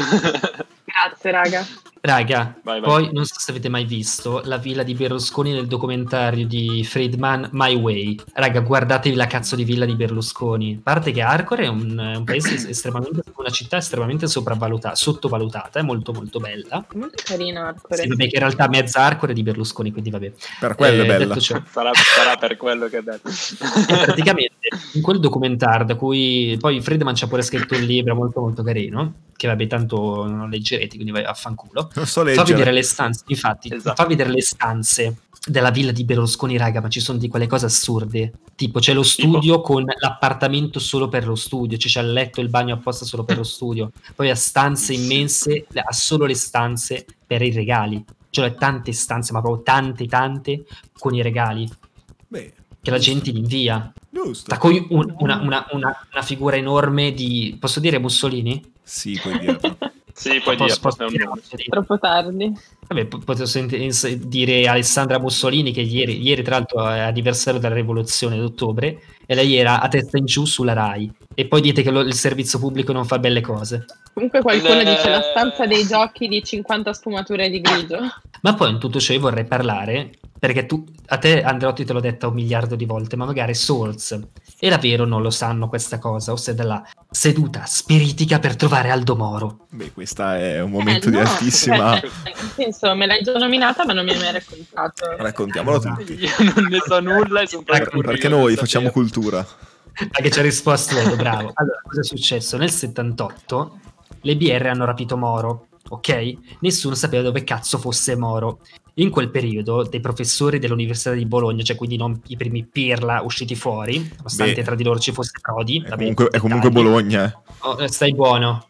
Grazie, raga.
Vai. Poi non so se avete mai visto la villa di Berlusconi nel documentario di Friedman, My Way. Raga, guardatevi la cazzo di villa di Berlusconi. A parte che Arcore è un paese una città estremamente sottovalutata, è molto molto bella.
Molto carina Arcore.
Sì, vabbè, che in realtà mezza Arcore è di Berlusconi, quindi vabbè.
Per quello è bella.
Sarà per quello che è bello.
E praticamente in quel documentario, da cui poi Friedman ci ha pure scritto un libro molto molto carino, che vabbè tanto non leggerete, quindi vai a fanculo.
Non so leggere.
Fa vedere le stanze, infatti,
esatto.
Fa vedere le stanze della villa di Berlusconi, raga, ma ci sono di quelle cose assurde. Tipo c'è lo studio con l'appartamento solo per lo studio, cioè c'è il letto e il bagno apposta solo per lo studio. Poi ha stanze immense, ha solo le stanze per i regali. Cioè tante stanze, ma proprio tante con i regali.
Beh,
che la gente li invia.
Giusto.
Da cui una figura enorme di... Posso dire Mussolini?
Sì, puoi dirlo.
Sì, puoi dirlo.
Troppo tardi.
Vabbè, potevo dire Alessandra Mussolini, che ieri tra l'altro è anniversario della rivoluzione d'ottobre, e lei era a testa in giù sulla Rai. E poi dite che il servizio pubblico non fa belle cose.
Comunque qualcuno dice la stanza dei giochi di 50 sfumature di grigio.
Ma poi in tutto ciò io vorrei parlare, perché a te Andreotti te l'ho detta 1 miliardo di volte, ma magari Souls era vero, non lo sanno questa cosa, ossia della seduta spiritica per trovare Aldo Moro.
Beh, questa è un momento di altissima...
Nel senso, me l'hai già nominata ma non mi hai mai raccontato.
Raccontiamolo tutti.
Io non ne so nulla e sono
perché noi facciamo cultura.
Perché ci ha risposto Edo, bravo. Allora, cosa è successo? Nel 78 le BR hanno rapito Moro, ok? Nessuno sapeva dove cazzo fosse Moro. In quel periodo dei professori dell'Università di Bologna, cioè quindi non i primi pirla usciti fuori, nonostante tra di loro ci fosse Prodi.
È comunque Bologna.
Oh, stai buono.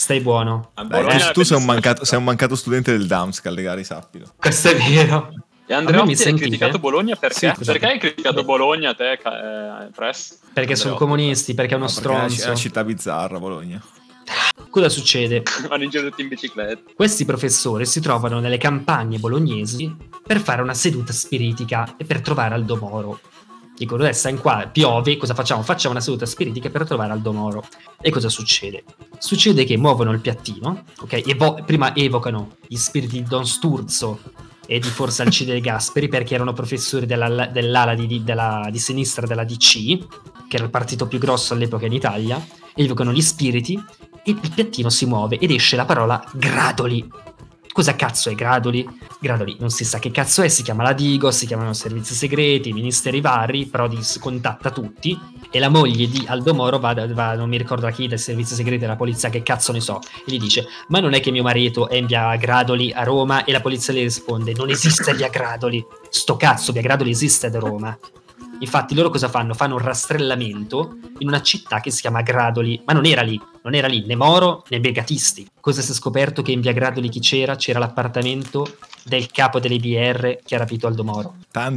Dai, tu sei un mancato studente del DAMS, Callegari, sappilo.
Questo è vero.
E Andreotti hai criticato Bologna perché?
Sì,
perché hai criticato Bologna te, Press?
Perché sono comunisti, perché è uno stronzo.
È una città bizzarra, Bologna.
Cosa succede?
Vanno in giro tutti in bicicletta.
Questi professori si trovano nelle campagne bolognesi per fare una seduta spiritica e per trovare Aldo Moro. Dicono, adesso in qua piove, cosa facciamo? Facciamo una seduta spiritica per trovare Aldo Moro. E cosa succede? Succede che muovono il piattino, ok? Prima evocano gli spiriti di Don Sturzo e di forse Alcide De Gasperi, perché erano professori dell'ala di sinistra della DC, che era il partito più grosso all'epoca in Italia, e evocano gli spiriti, e il piattino si muove ed esce la parola Gradoli. Cosa cazzo è Gradoli? Gradoli non si sa che cazzo è, si chiama la Digos, si chiamano servizi segreti, ministeri vari, Prodi contatta tutti, e la moglie di Aldo Moro va non mi ricordo da chi, dai servizi segreti della polizia, che cazzo ne so, e gli dice, ma non è che mio marito è in via Gradoli a Roma? E la polizia le risponde, non esiste via Gradoli, sto cazzo, via Gradoli esiste ad Roma. Infatti loro cosa fanno? Fanno un rastrellamento in una città che si chiama Gradoli, ma non era lì né Moro né Begatisti. Cosa si è scoperto? Che in via Gradoli chi c'era? C'era l'appartamento del capo delle BR che ha rapito Aldo Moro.
Tan.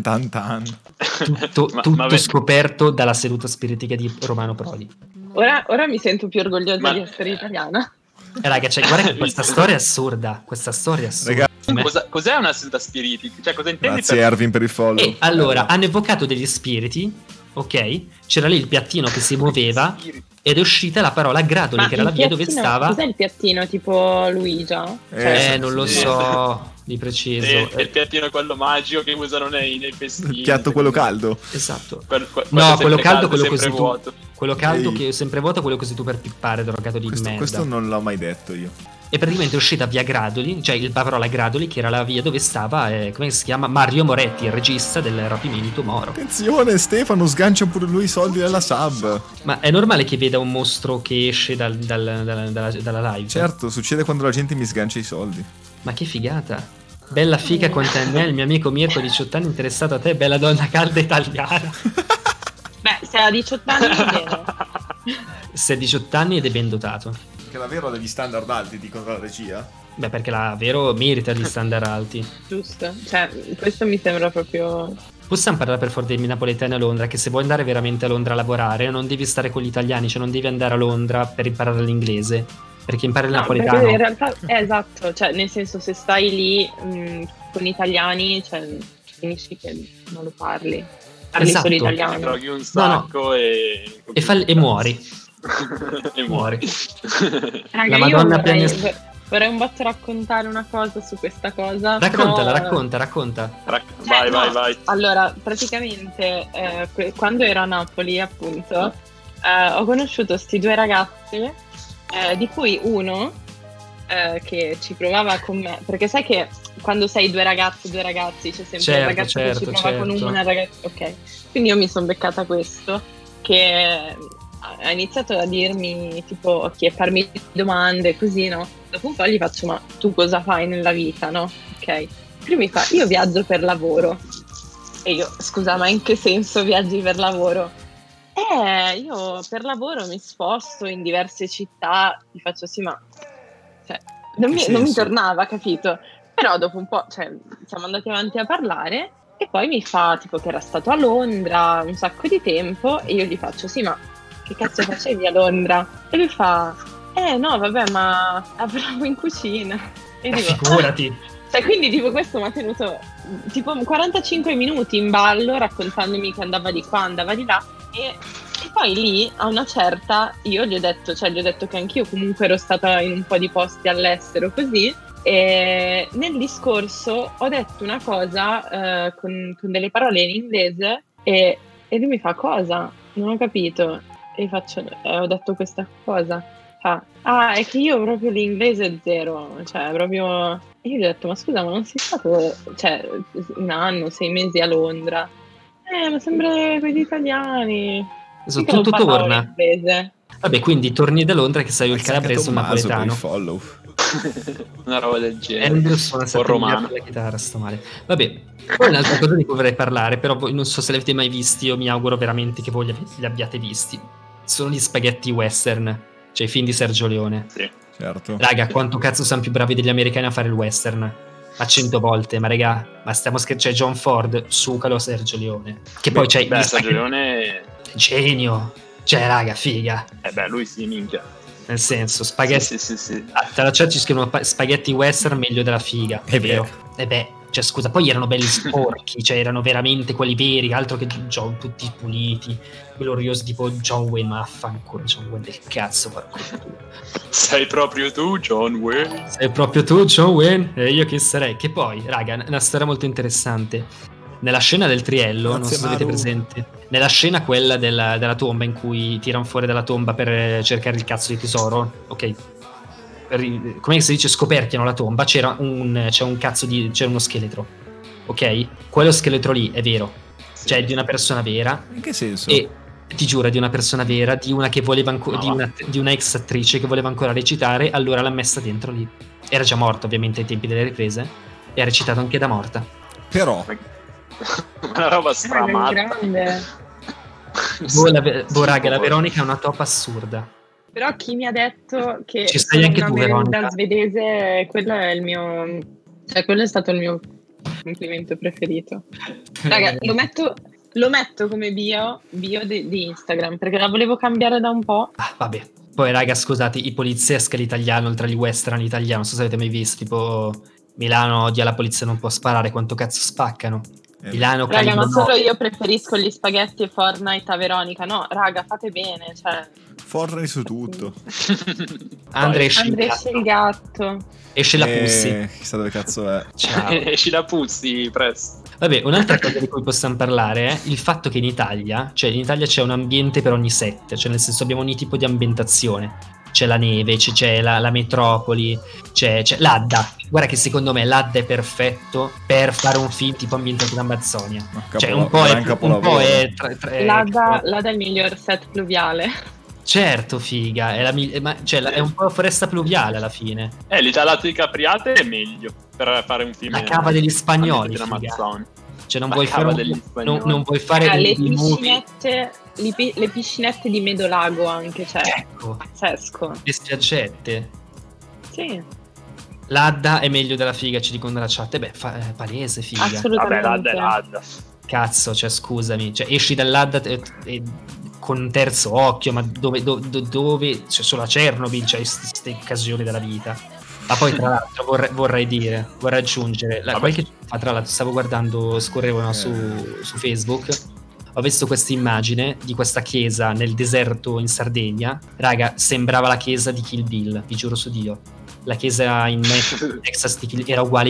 Tutto scoperto dalla seduta spiritica di Romano Prodi.
Ora mi sento più orgogliosa di essere italiana.
Raga, cioè, guarda che questa storia è assurda.
Raga,
Cos'è una seduta spiritica? Cioè, cosa intendi?
grazie Erwin per il follow.
E allora hanno evocato degli spiriti, ok? C'era lì il piattino che si muoveva ed è uscita la parola Gradoli, che era la via dove stava.
Cos'è il piattino? Tipo Luigia?
Non lo so di preciso.
E il piattino è quello magico che usano nei festini.
Il piatto quello caldo.
Esatto.
No,
quello caldo, quello così
vuoto.
Quello caldo che è sempre vuoto, quello così tu per pippare, drogato di merda.
Questo non l'ho mai detto io.
E praticamente è uscita via Gradoli, cioè la parola Gradoli, che era la via dove stava, come si chiama? Mario Moretti, il regista del rapimento Moro.
Attenzione, Stefano, sgancia pure lui i soldi della sub.
Ma è normale che veda un mostro che esce dalla live?
Certo, succede quando la gente mi sgancia i soldi.
Ma che figata. Bella figa quanto è me, il mio amico Mirko, 18 anni, interessato a te, bella donna calda italiana.
Beh, se ha 18 anni va bene.
Se ha 18 anni ed è ben dotato.
Che davvero ha degli standard alti, dicono la regia?
Beh, perché la vero merita di standard alti.
Giusto, cioè questo mi sembra proprio...
Possiamo parlare per forza dei napoletani a Londra, che se vuoi andare veramente a Londra a lavorare non devi stare con gli italiani, cioè non devi andare a Londra per imparare l'inglese, perché impari il napoletano.
Perché in realtà è esatto, cioè nel senso se stai lì con italiani, cioè finisci che non lo parli
Esatto.
solo italiano.
Ti droghi un sacco e muori.
E muori.
Raga,
La Madonna
vorrei un botto raccontare una cosa su questa cosa.
Raccontala.
Vai.
Allora, praticamente quando ero a Napoli, appunto, ho conosciuto sti due ragazzi, di cui uno che ci provava con me, perché sai che quando sei due ragazzi c'è sempre il ragazzo che ci prova con una ragazza, ok. Quindi io mi sono beccata questo, che ha iniziato a dirmi tipo a farmi domande così, no? Dopo un po' gli faccio: ma tu cosa fai nella vita, no? Ok. Prima mi fa: io viaggio per lavoro. E io: scusa, ma in che senso viaggi per lavoro? Io per lavoro mi sposto in diverse città. Gli faccio: sì, ma cioè, non mi tornava, capito? Però dopo un po', cioè, siamo andati avanti a parlare e poi mi fa tipo che era stato a Londra un sacco di tempo e io gli faccio: sì, ma che cazzo facevi a Londra? E lui fa: no, vabbè, ma lavoravo in cucina. E dico:
figurati.
Cioè, quindi tipo questo mi ha tenuto tipo 45 minuti in ballo raccontandomi che andava di qua, andava di là e poi lì a una certa io gli ho detto che anch'io comunque ero stata in un po' di posti all'estero così, e nel discorso ho detto una cosa con delle parole in inglese e lui mi fa: cosa? Non ho capito. E ho detto questa cosa. È che io proprio l'inglese è zero, cioè proprio... E io gli ho detto: ma scusa, ma non sei stato, cioè, un anno, 6 mesi a Londra? Ma sembra quegli italiani.
Tutto torna.
Inglese.
Vabbè, quindi torni da Londra che sei il calabrese o un napoletano.
Follow.
Una roba del genere.
Andrew suona
o romano.
la chitarra, sto male. Vabbè, poi un'altra cosa di cui vorrei parlare, però voi non so se l'avete mai visti, io mi auguro veramente che voi li abbiate visti. Sono gli spaghetti western, cioè i film di Sergio Leone.
Sì.
Certo.
Raga, quanto cazzo siamo più bravi degli americani a fare il western? A 100 volte, ma raga, ma stiamo scherzando, c'è John Ford, sucalo Sergio Leone. Che poi c'è
Sergio Leone...
Genio. Cioè, raga, figa.
Lui sì, minchia.
Nel senso, spaghetti...
Sì.
Tra l'altro ci scrivono spaghetti western meglio della figa, è vero. Cioè scusa, poi erano belli sporchi, cioè erano veramente quelli veri, altro che tutti puliti, gloriosi, tipo John Wayne, ma affanculo John Wayne del cazzo,
Sei proprio tu, John Wayne?
Sei proprio tu, John Wayne? E io chi sarei? Che poi, raga, una storia molto interessante. Nella scena del triello, non so se avete presente, nella scena quella della tomba in cui tirano fuori dalla tomba per cercare il cazzo di tesoro, ok? Come si dice, scoperchiano la tomba, c'era uno scheletro, ok? Quello scheletro lì è vero, cioè è di una persona vera.
In che senso?
E ti giuro, è di una persona vera, di una che voleva di una ex attrice che voleva ancora recitare, allora l'ha messa dentro lì. Era già morta ovviamente ai tempi delle riprese e ha recitato anche da morta.
Però
Una roba stramatta.
grande.
Raga, la Veronica è una top assurda.
Però chi mi ha detto che
Ci stai anche
una
tu,
merenda
Veronica.
svedese, quello è il mio, cioè quello è stato il mio complimento preferito. Raga, lo metto come bio di Instagram, perché la volevo cambiare da un po'.
Ah, vabbè. Poi, raga, scusate, i polizieschi all'italiano, oltre agli western all'italiano, non so se avete mai visto, tipo Milano odia la polizia, non può sparare, quanto cazzo spaccano. Milano,
Raga, ma
Cagliari,
solo io preferisco gli spaghetti e Fortnite a Veronica. No, raga, fate bene, cioè.
Fortnite su tutto.
Andrea esce
il gatto.
Esce la Pussy.
Chissà dove cazzo è.
Ciao.
Esci da Puzzi presto.
Vabbè, un'altra cosa di cui possiamo parlare è il fatto che in Italia c'è un ambiente per ogni set, cioè nel senso abbiamo ogni tipo di ambientazione. C'è la neve, c'è la metropoli, c'è l'Adda. Guarda che secondo me l'Adda è perfetto per fare un film tipo ambientato in Amazzonia. Cioè un po' è
l'Adda è il miglior set pluviale.
Certo, figa, è un po' foresta pluviale alla fine.
L'Italata di Capriate è meglio per fare un film.
La cava degli spagnoli, cioè non vuoi fare
le piscinette, le piscinette di Medolago anche, cioè
ecco,
pazzesco.
Le spiaggette.
Sì.
L'Adda è meglio della figa, ci dicono nella chat. Beh, è palese, figa.
Assolutamente.
Vabbè, l'Adda è l'Adda.
Cazzo, cioè scusami, cioè esci dall'Adda con un terzo occhio, ma dove cioè solo a Chernobyl c'hai queste occasioni della vita. Ma poi tra l'altro vorrei aggiungere qualche giorno fa, tra l'altro stavo guardando, scorrevo su Facebook, ho visto questa immagine di questa chiesa nel deserto in Sardegna. Raga, sembrava la chiesa di Kill Bill, vi giuro su Dio. La chiesa in Texas di Kill era uguale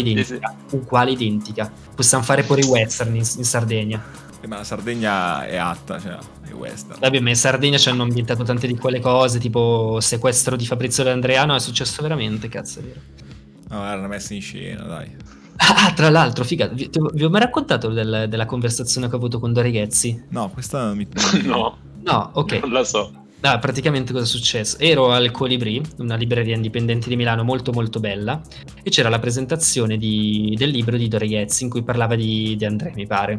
identica. Possiamo fare pure i western in Sardegna.
Ma la Sardegna è atta, cioè è western.
Vabbè, ma in Sardegna ci hanno ambientato tante di quelle cose, tipo sequestro di Fabrizio De Andreano, è successo veramente, cazzo, è vero.
No, era una messa in scena, dai.
Ah, tra l'altro, figa, vi ho mai raccontato della conversazione che ho avuto con Dore Ghezzi?
No, questa
No,
ok.
Non la so.
Ah, praticamente cosa è successo? Ero al Colibri, una libreria indipendente di Milano molto molto bella, e c'era la presentazione del libro di Dore Ghezzi in cui parlava di Andrea, mi pare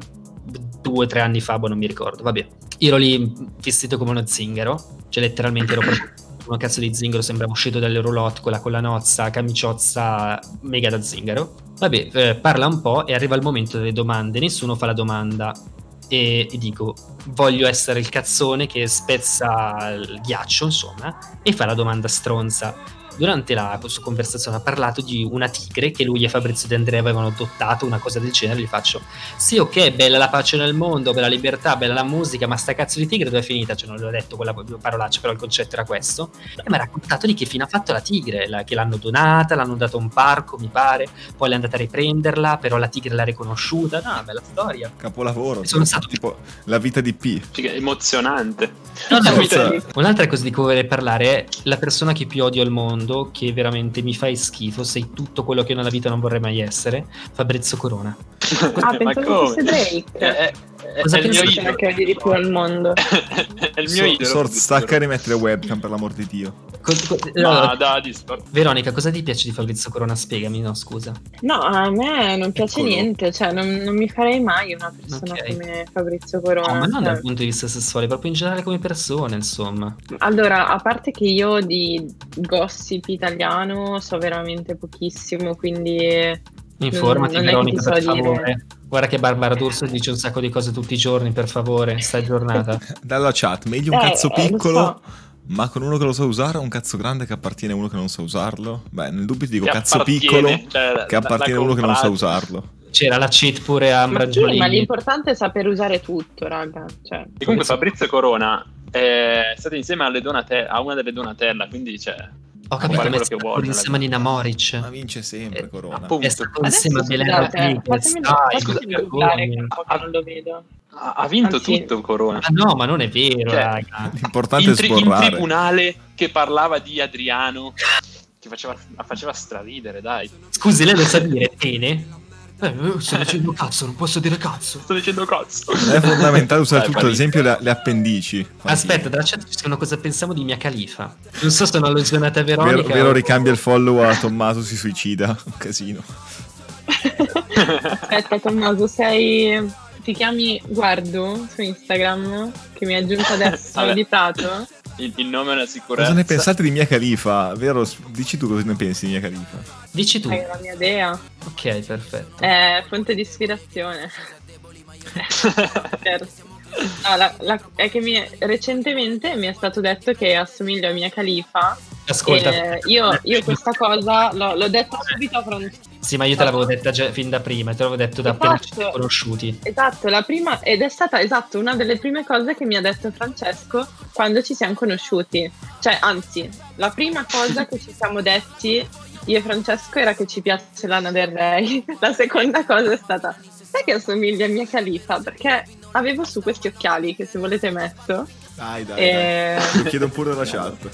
2 o 3 anni fa, non mi ricordo. Vabbè, ero lì vestito come uno zingaro, cioè letteralmente ero proprio uno cazzo di zingaro, sembrava uscito dalle roulotte con la collanozza, camiciozza mega da zingaro. Vabbè, parla un po' e arriva il momento delle domande, nessuno fa la domanda e dico voglio essere il cazzone che spezza il ghiaccio, insomma, e fa la domanda stronza. Durante la sua conversazione ha parlato di una tigre che lui e Fabrizio De Andrea avevano adottato, una cosa del genere. Gli faccio sì, ok, bella la pace nel mondo, bella libertà, bella la musica, ma sta cazzo di tigre dove è finita? Cioè non l'ho detto quella parolaccia, però il concetto era questo. E mi ha raccontato di che fine ha fatto la tigre, che l'hanno donata, l'hanno data a un parco, mi pare, poi è andata a riprenderla, però la tigre l'ha riconosciuta. No, bella storia.
Capolavoro.
Sono stato
tipo la vita di P.
Emozionante.
Un'altra cosa di cui vorrei parlare è la persona che più odio al mondo, che veramente mi fai schifo, sei tutto quello che nella vita non vorrei mai essere, Fabrizio Corona.
Pensavo fosse Drake.
Cosa
è il mio
idolo che odi di più al mondo.
È il mio idolo.
Sword, stacca e rimetti la webcam, per l'amor di Dio.
Da Discord.
Veronica, cosa ti piace di Fabrizio Corona? Spiegami, no, scusa.
No, a me non piace niente, cioè non mi farei mai una persona come Fabrizio Corona.
No, ma non dal punto di vista sessuale, proprio in generale come persona, insomma.
Allora, a parte che io di gossip italiano so veramente pochissimo, quindi
informati,
non
Veronica,
so
per favore.
dire.
Guarda che Barbara D'Urso dice un sacco di cose tutti i giorni, per favore, stai aggiornata.
Dalla chat, meglio un cazzo piccolo,
so.
ma con uno che lo sa usare, o un cazzo grande che appartiene a uno che non sa usarlo? Beh, nel dubbio ti dico
Che
cazzo
appartiene,
piccolo
cioè,
che appartiene a uno che non sa
comprare.
usarlo.
C'era la cheat pure a
Ma sì, ma l'importante è saper usare tutto, raga. Cioè.
E comunque Fabrizio Corona è stato insieme a una delle Donatella, quindi
ho
fare
capito, ma è
quello che
stato
vuole,
pure insieme a Nina Moric.
Ma vince sempre Corona.
appunto.
È stato insieme a Belen
Fatemi
Rodriguez.
googlare che non lo vedo.
Ha vinto
Anzi,
tutto Corona.
Ma no, ma non è vero,
Cioè,
raga.
L'importante è
In
sborrare.
tribunale che parlava di Adriano, che faceva straridere, dai.
Scusi, lei lo sa dire bene? Sto dicendo cazzo, non posso dire cazzo.
Sto dicendo cazzo.
È fondamentale usare tutto, ad
bellissimo.
esempio le appendici.
Aspetta, dalla chat ci scrivono cosa pensiamo di Mia Khalifa. Non so se sono allontanata a Veronica.
Vero ricambia il follow a Tommaso, si suicida. Un casino.
Aspetta Tommaso, ti chiami Guardo su Instagram? Che mi hai aggiunto adesso
Vabbè.
di Prato?
Il nome è una sicurezza.
Cosa ne pensate di Mia Khalifa? Vero? Dici tu cosa ne pensi di Mia Khalifa.
Dici tu.
È la mia idea.
Ok, perfetto.
È fonte di ispirazione. Certo. No, è che recentemente mi è stato detto che assomiglio a Mia Khalifa.
Ascolta.
Io questa cosa l'ho detta subito a Francesco.
Sì, ma io te l'avevo detta già fin da prima, te l'avevo detto da appena ci siamo conosciuti.
Esatto, la prima, ed è stata una delle prime cose che mi ha detto Francesco quando ci siamo conosciuti. Cioè, anzi, la prima cosa che ci siamo detti io e Francesco era che ci piace Lana Del Rey. La seconda cosa è stata: sai che assomiglia a Mia Khalifa? Perché avevo su questi occhiali che se volete metto.
Dai. Lo chiedo pure alla chat.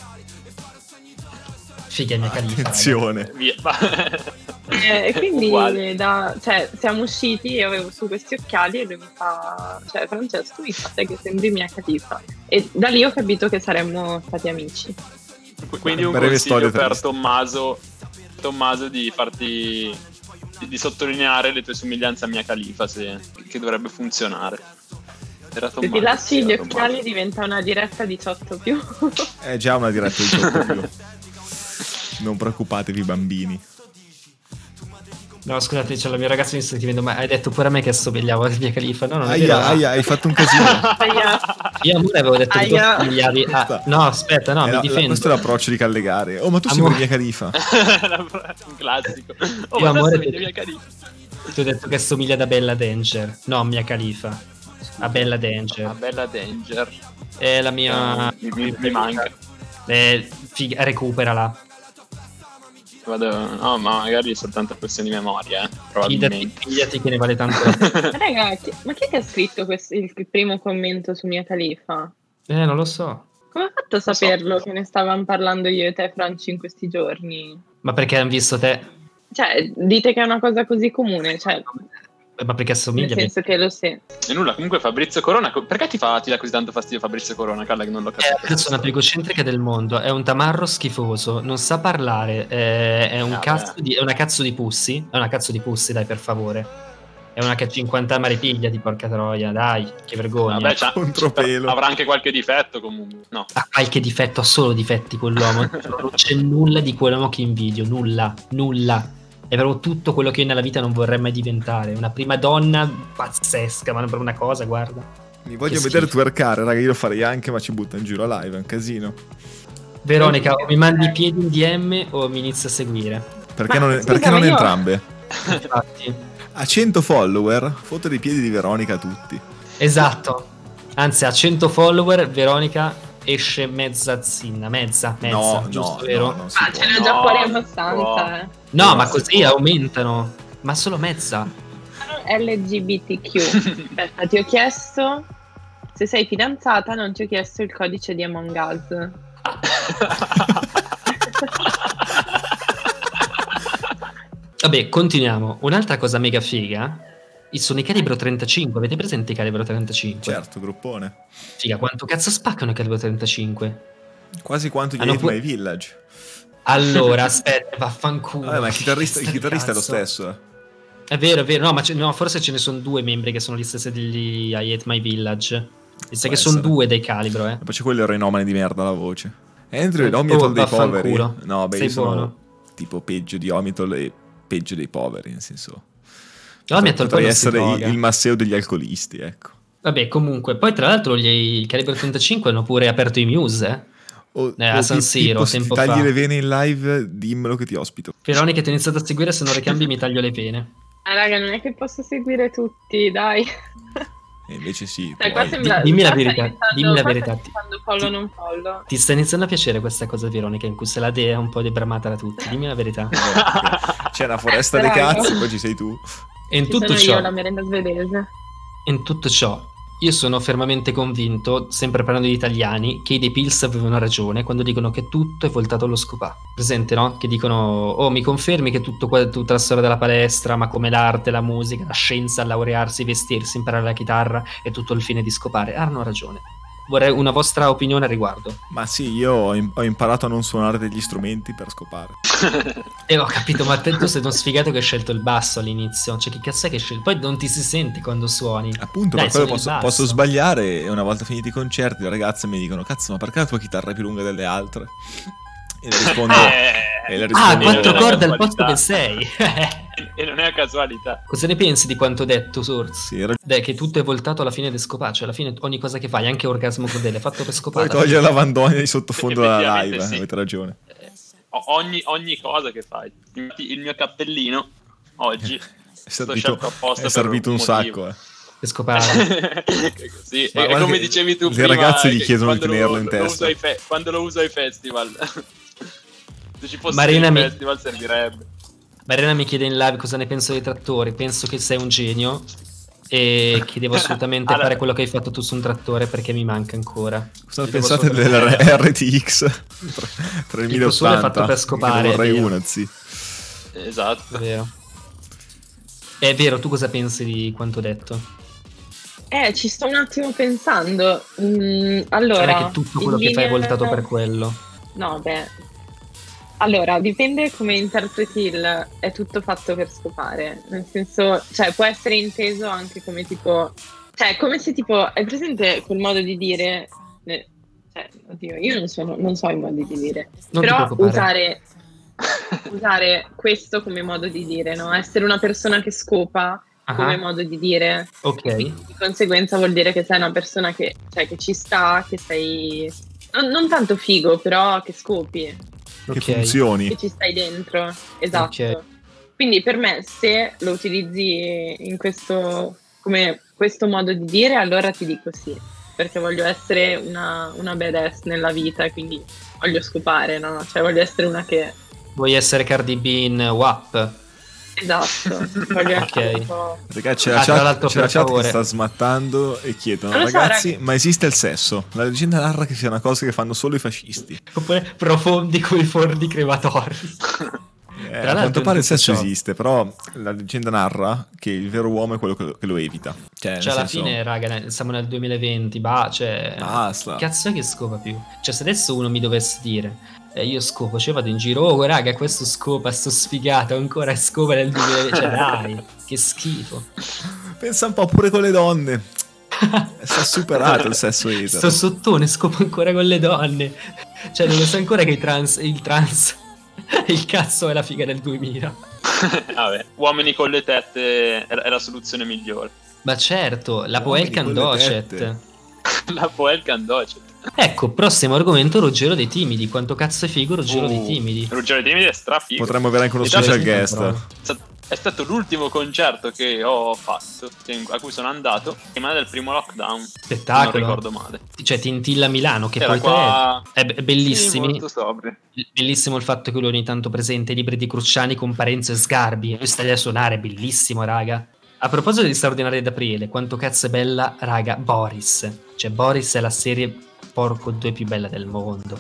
Figa Mia Khalifa.
Attenzione.
Via.
E quindi
Uguale.
siamo usciti, io avevo su questi occhiali e lui mi fa, cioè Francesco mi fa: sai che sembri Mia Khalifa. E da lì ho capito che saremmo stati amici.
Quindi un
Breve
consiglio
storia
per
triste.
Tommaso di farti di sottolineare le tue somiglianze a Mia Khalifa, che dovrebbe funzionare. Era
Se
Tommaso,
ti lasci
sì,
gli
era
occhiali
Tommaso.
diventa una diretta 18+.
È già una diretta di più. Non preoccupatevi bambini.
No, scusate, c'è la mia ragazza mi sta chiedendo: ma hai detto pure a me che assomigliavo a Mia Khalifa? No, non è vero.
Aia, hai fatto un casino.
Io amore avevo detto che tu
Aia.
assomigliavi a... No, aspetta, no, mi difendo.
Questo è l'approccio di Callegare. Oh, ma tu sembri Mia Khalifa.
Un classico. Oh,
Io
ma
amore
adesso vedi Mia Khalifa.
Ti ho detto che assomiglia da Bella Danger. No, Mia Khalifa. A Bella Danger.
Ah, bella Danger.
È la mia...
Mi manca.
Figa, recuperala.
No, ma magari è soltanto questione di memoria, probabilmente.
Fidati che ne vale tanto la pena.
Raga, ma chi è che ha scritto il primo commento su Mia Khalifa?
Non lo so.
Come ha fatto a saperlo che ne stavamo parlando io e te, Franci, in questi giorni?
Ma perché hanno visto te?
Cioè, dite che è una cosa così comune, cioè,
Ma perché assomiglia?
nel senso che lo sento.
E nulla, comunque Fabrizio Corona, perché ti dà così tanto fastidio Fabrizio Corona, Carla, che non l'ho
È
capito?
la persona più egocentrica del mondo, è un tamarro schifoso, non sa parlare, è una cazzo di pussi, dai, per favore. È una che 50 maripiglia di porca troia, dai, che vergogna.
Vabbè,
Contropelo.
avrà anche qualche difetto comunque, no.
Ha qualche difetto, ha solo difetti quell'uomo. Non c'è nulla di quell'uomo che invidio, nulla. È proprio tutto quello che io nella vita non vorrei mai diventare. Una prima donna pazzesca, ma per una cosa, guarda.
Mi voglio
Che
vedere
schifo.
twerkare, raga, io lo farei anche, ma ci butta in giù la live, è un casino.
Veronica, o mi mandi i piedi in DM o mi inizi a seguire.
Perché
Ma
non,
scusa,
perché
ma
non
io-
entrambe?
Infatti.
A 100 follower, foto dei piedi di Veronica a tutti.
Esatto. Anzi, a 100 follower, Veronica esce mezza zinna, mezza, giusto, vero?
non si
Ah,
può.
ce n'è già
No,
fuori
no.
abbastanza,
No, ma così aumentano. Ma solo mezza.
LGBTQ. Aspetta, ti ho chiesto se sei fidanzata, non ti ho chiesto il codice di Among Us.
Vabbè, continuiamo. Un'altra cosa mega figa sono i calibro 35. Avete presente i calibro 35?
Certo, gruppone.
Figa, quanto cazzo spaccano i calibro 35?
Quasi quanto gli
Hanno
Hate My Village.
Allora, aspetta, vaffanculo.
Vabbè, ma il chitarrista è lo
Cazzo.
stesso.
È vero, no, ma no, forse ce ne sono due membri che sono gli stessi degli I Hate My Village. Mi sa
Può
che sono
essere.
due dei calibro,
E poi c'è quello eroinomane di merda la voce. Entro in
Oh,
Omitol dei poveri.
vaffanculo.
No, beh,
Sei
io sono
buono.
tipo peggio di Omitol e peggio dei poveri, nel senso.
No, mi ha tolto
Potrei
non si
essere
droga.
il Masseo degli alcolisti, ecco.
Vabbè, comunque, poi tra l'altro i calibro 35 hanno pure aperto i Muse, a San Siro,
se ti
tempo
tagli
fa.
le vene in live, dimmelo che ti ospito.
Veronica, ti ho iniziato a seguire, se non ricambi mi taglio le pene.
Raga, non è che posso seguire tutti, dai.
E invece sì.
Dai,
poi-
qua sembra,
Dimmi la
qua sta
verità,
iniziando-
dimmi la
qua
verità.
sta iniziando follow non follow.
Ti sta iniziando a piacere questa cosa, Veronica, in cui se la dea è un po' debramata da tutti. Dimmi la verità.
C'è una foresta dei
Bravo.
cazzi, poi ci sei tu.
E in
Ci
tutto
sono
ciò,
io, la merenda svedese.
in tutto ciò, io sono fermamente convinto, sempre parlando di italiani, che i The Pills avevano ragione quando dicono che tutto è voltato allo scopa. Presente, no? Che dicono: oh, mi confermi che tutta la storia della palestra, ma come l'arte, la musica, la scienza, laurearsi, vestirsi, imparare la chitarra è tutto il fine di scopare? Hanno ragione. Vorrei una vostra opinione al riguardo.
Ma sì, io ho imparato a non suonare degli strumenti per scopare.
Ho capito, ma attento, sei uno sfigato che hai scelto il basso all'inizio. Cioè, che cazzo è che hai scelto? Poi non ti si sente quando suoni.
Appunto,
Dai,
per quello
suoni il basso.
posso sbagliare, e una volta finiti i concerti le ragazze mi dicono: cazzo, ma perché la tua chitarra è più lunga delle altre? E le rispondo...
quanto
non è
corda il
casualità.
posto che sei.
E non è casualità.
Cosa ne pensi di quanto detto, Source?
Sì, era...
Dai, che tutto è voltato alla fine di scopare. Cioè, alla fine ogni cosa che fai, anche orgasmo crudele, è fatto per
Puoi
scopare.
togliere la Vandonia di sottofondo alla
Effettivamente
live,
sì.
avete ragione.
Ogni cosa che fai. Il mio cappellino oggi
È
sto
servito,
scelto apposta
è servito un
per motivo.
sacco.
Per scopare.
Sì,
Ma
e
guarda
come
che
dicevi tu
le
prima,
ragazze gli
che
chiedono di
quando
tenerlo in
lo
testa.
uso quando lo uso ai festival. Se ci fosse
Marina
il
mi-
festival servirebbe.
Marina mi chiede in live cosa ne penso dei trattori. Penso che sei un genio e che devo assolutamente
Allora-
fare quello che hai fatto tu su un trattore, perché mi manca ancora.
Cosa
Devo
pensate
assolutamente-
della RTX
Il console è
3080?
fatto per scopare,
Che ne vorrei
è vero.
una, sì.
È
Esatto.
vero. È vero, tu cosa pensi di quanto detto?
Ci sto un attimo pensando. Allora,
Non è che tutto quello
in
che fai è
linea-
voltato per quello.
No, beh. Allora, dipende come interpreti il è tutto fatto per scopare. Nel senso, cioè, può essere inteso anche come tipo... Cioè, come se tipo... Hai presente quel modo di dire... Cioè, oddio, io non so i modi di dire.
Non ti
Però
preoccupare.
usare questo come modo di dire, no? Essere una persona che scopa come modo di dire.
Ok.
Di conseguenza vuol dire che sei una persona che, cioè, che ci sta, che sei... Non tanto figo, però che scopi.
Che
Ok.
funzioni.
Che ci stai dentro, esatto.
Ok.
Quindi per me, se lo utilizzi in questo come questo modo di dire, allora ti dico sì, perché voglio essere una badass nella vita, e quindi voglio scopare, no? Cioè voglio essere una che...
Vuoi essere Cardi B in WAP?
Esatto, voglio essere un po'...
Raga, c'è
Ah,
la
tra l'altro,
c'è la
per
chat che
favore.
sta smattando e chiedono:
Non lo so,
ragazzi,
raga.
ma esiste il sesso? La leggenda narra che sia una cosa che fanno solo i fascisti.
Oppure profondi come i forni crematori.
A
l'altro,
quanto pare il
tutto
sesso
ciò.
esiste, però la leggenda narra che il vero uomo è quello che lo evita. Cioè, nel
Cioè, alla
senso,
fine, raga, siamo nel 2020, cioè...
Basta.
Che cazzo è che scopa più? Cioè, se adesso uno mi dovesse dire, io scopo, cioè vado in giro, oh, raga, questo scopa, sto sfigato, ancora scopa nel 2020, cioè, dai, che schifo.
pensa un po' pure con le donne. Sta superato il sesso etero.
Sto sottone, scopo ancora con le donne. Cioè, non lo so ancora che il trans, il cazzo è la figa del 2000.
Vabbè, uomini con le tette è la soluzione migliore.
Ma certo, la
Uomini
Poel
con le
Candocet.
tette.
La Poel Candocet.
Ecco, prossimo argomento, Ruggero dei Timidi. Quanto cazzo è figo Ruggero dei Timidi?
Ruggero Timidi è strafigo.
Potremmo avere anche uno
E tra
special
l'altro-
guest.
È stato l'ultimo concerto che ho fatto, a cui sono andato, prima del primo lockdown.
Spettacolo.
Se non ricordo male.
Cioè, Tintilla Milano, che
Era
poi
qua...
è
Sì,
bellissimi.
molto sobrio.
Bellissimo il fatto che lui ogni tanto presenta i libri di Cruciani con Parenzo e Sgarbi. E lui sta lì a suonare, bellissimo, raga. A proposito di Straordinarie d'Aprile, quanto cazzo è bella, raga, Boris. Cioè, Boris è la serie porco 2 più bella del mondo.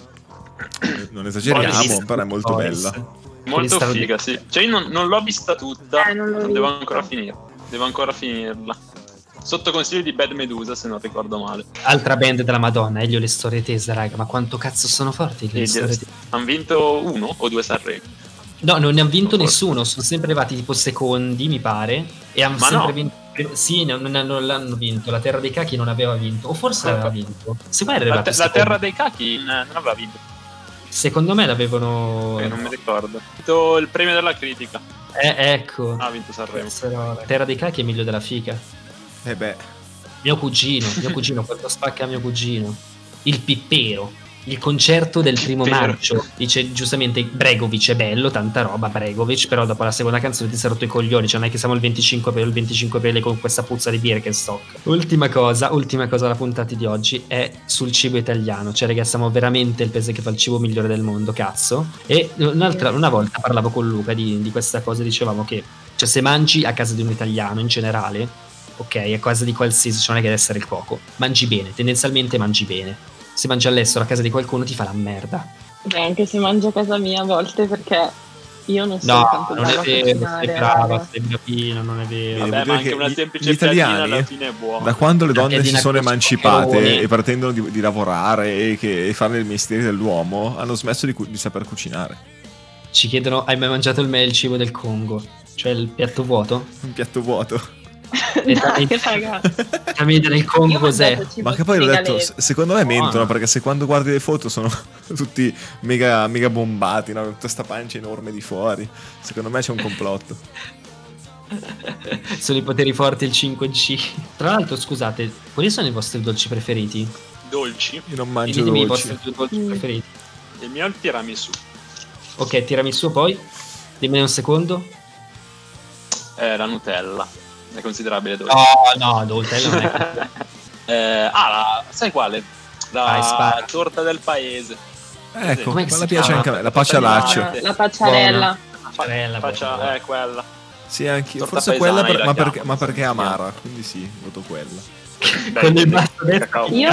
Non esageriamo,
Boris,
però è molto
Boris.
bella.
Molto
Quelli
figa, sì. Cioè io non l'ho vista tutta,
Non l'ho
devo
vista.
ancora finire. Devo ancora finirla. Sotto consiglio di Bad Medusa, se non ricordo male.
Altra band della Madonna, Elio le storie tese, raga. Ma quanto cazzo sono forti le storie tese?
Hanno vinto 1 o 2 Sanremo.
No, non ne hanno vinto
Forse.
nessuno. Sono sempre arrivati tipo secondi, mi pare. E hanno
Ma
sempre
no.
vinto. Sì, non l'hanno vinto. La Terra dei Cachi non aveva vinto. O forse l'aveva vinto. Secondo me era
La,
arrivato
la
secondo.
Terra dei Cachi non aveva vinto,
Secondo me l'avevano.
non mi ricordo. Ha vinto il premio della critica.
Ecco.
Ha vinto Sanremo.
La Terra dei Cachi è meglio della fica.
Beh,
Mio cugino, quanto spacca mio cugino. Il Pippero. Il concerto del primo
Pippero.
maggio. Dice giustamente Bregovic è bello, tanta roba Bregovic, però dopo la seconda canzone ti si è rotto i coglioni, cioè non è che siamo il 25 aprile con questa puzza di Birkenstock. Ultima cosa alla puntata di oggi è sul cibo italiano, cioè ragazzi siamo veramente il paese che fa il cibo migliore del mondo, cazzo. E una volta parlavo con Luca di questa cosa, dicevamo che cioè se mangi a casa di un italiano in generale, ok, a casa di qualsiasi, cioè non è che deve essere il cuoco, mangi bene, tendenzialmente mangi bene. Se mangi all'estero a casa di qualcuno ti fa la merda.
Beh, anche se mangio a casa mia a volte, perché Io non sono
No,
tanto
non è
brava a
vero,
cucinare.
sei brava,
raga.
sei bravina, non è vero.
Devo
Vabbè,
dire
ma anche
che
una
gli
semplice
italiani,
piadina alla fine è buona.
da quando le donne si
piadina
sono
con lo
emancipate
zuccherone.
e pretendono di lavorare e fare il mestiere dell'uomo, hanno smesso di saper cucinare.
Ci chiedono, hai mai mangiato il cibo del Congo? Cioè il piatto vuoto?
Un piatto vuoto.
E
Dai, raga.
la media del Congo
Io ho
cos'è?
mangiato cibo
Ma che poi l'ho detto,
senegalese.
secondo me mentono,
Buono.
perché se quando guardi le foto sono tutti mega, mega bombati, no? Tutta sta pancia enorme di fuori. Secondo me c'è un complotto.
Sono i poteri forti il 5G. Tra l'altro, scusate, quali sono i vostri dolci preferiti?
Dolci.
Io non mangio
Ditemi i
dolci.
vostri due dolci preferiti.
Il mio è il tiramisù.
Ok, tiramisù poi. Dimmene un secondo.
La Nutella. È considerabile dolce.
No, dolce non è.
Sai quale?
Vai, spara.
La torta del paese.
Ecco,
Com'è che
quella
si
piace
chiama?
anche a me, la paccialaccio.
La pacciarella.
Mozzarella,
È quella.
Sì, anche io.
Torta
Forse quella,
paesana,
ma
la
perché,
chiamano,
ma perché è
sì.
amara, quindi sì, voto quella.
Con il basso detto.
Io-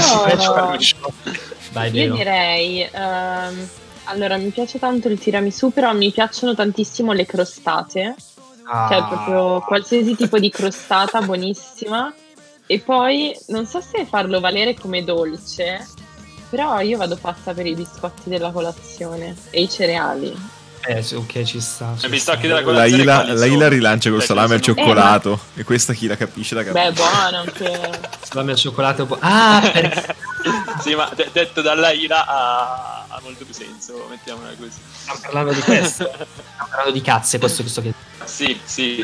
Vai,
Io
vero.
direi, allora mi piace tanto il tiramisù, però mi piacciono tantissimo le crostate, cioè proprio qualsiasi tipo di crostata buonissima. E poi non so se farlo valere come dolce, però io vado pazza per i biscotti della colazione e i cereali.
Sì, ok, ci sta.
I
ci
biscotti
sta.
della
La
colazione
Ila,
quali
la Ila
sono?
rilancia col
Cioè,
salame al
sono-
cioccolato. E questa chi la capisce la capisce.
Beh, buono anche.
Salame al cioccolato. Perché
Sì, ma detto dalla Ila ha molto più senso, mettiamola così.
stiamo parlando di questo? Stiamo parlando di cazze, questo che...
Sì. Sì.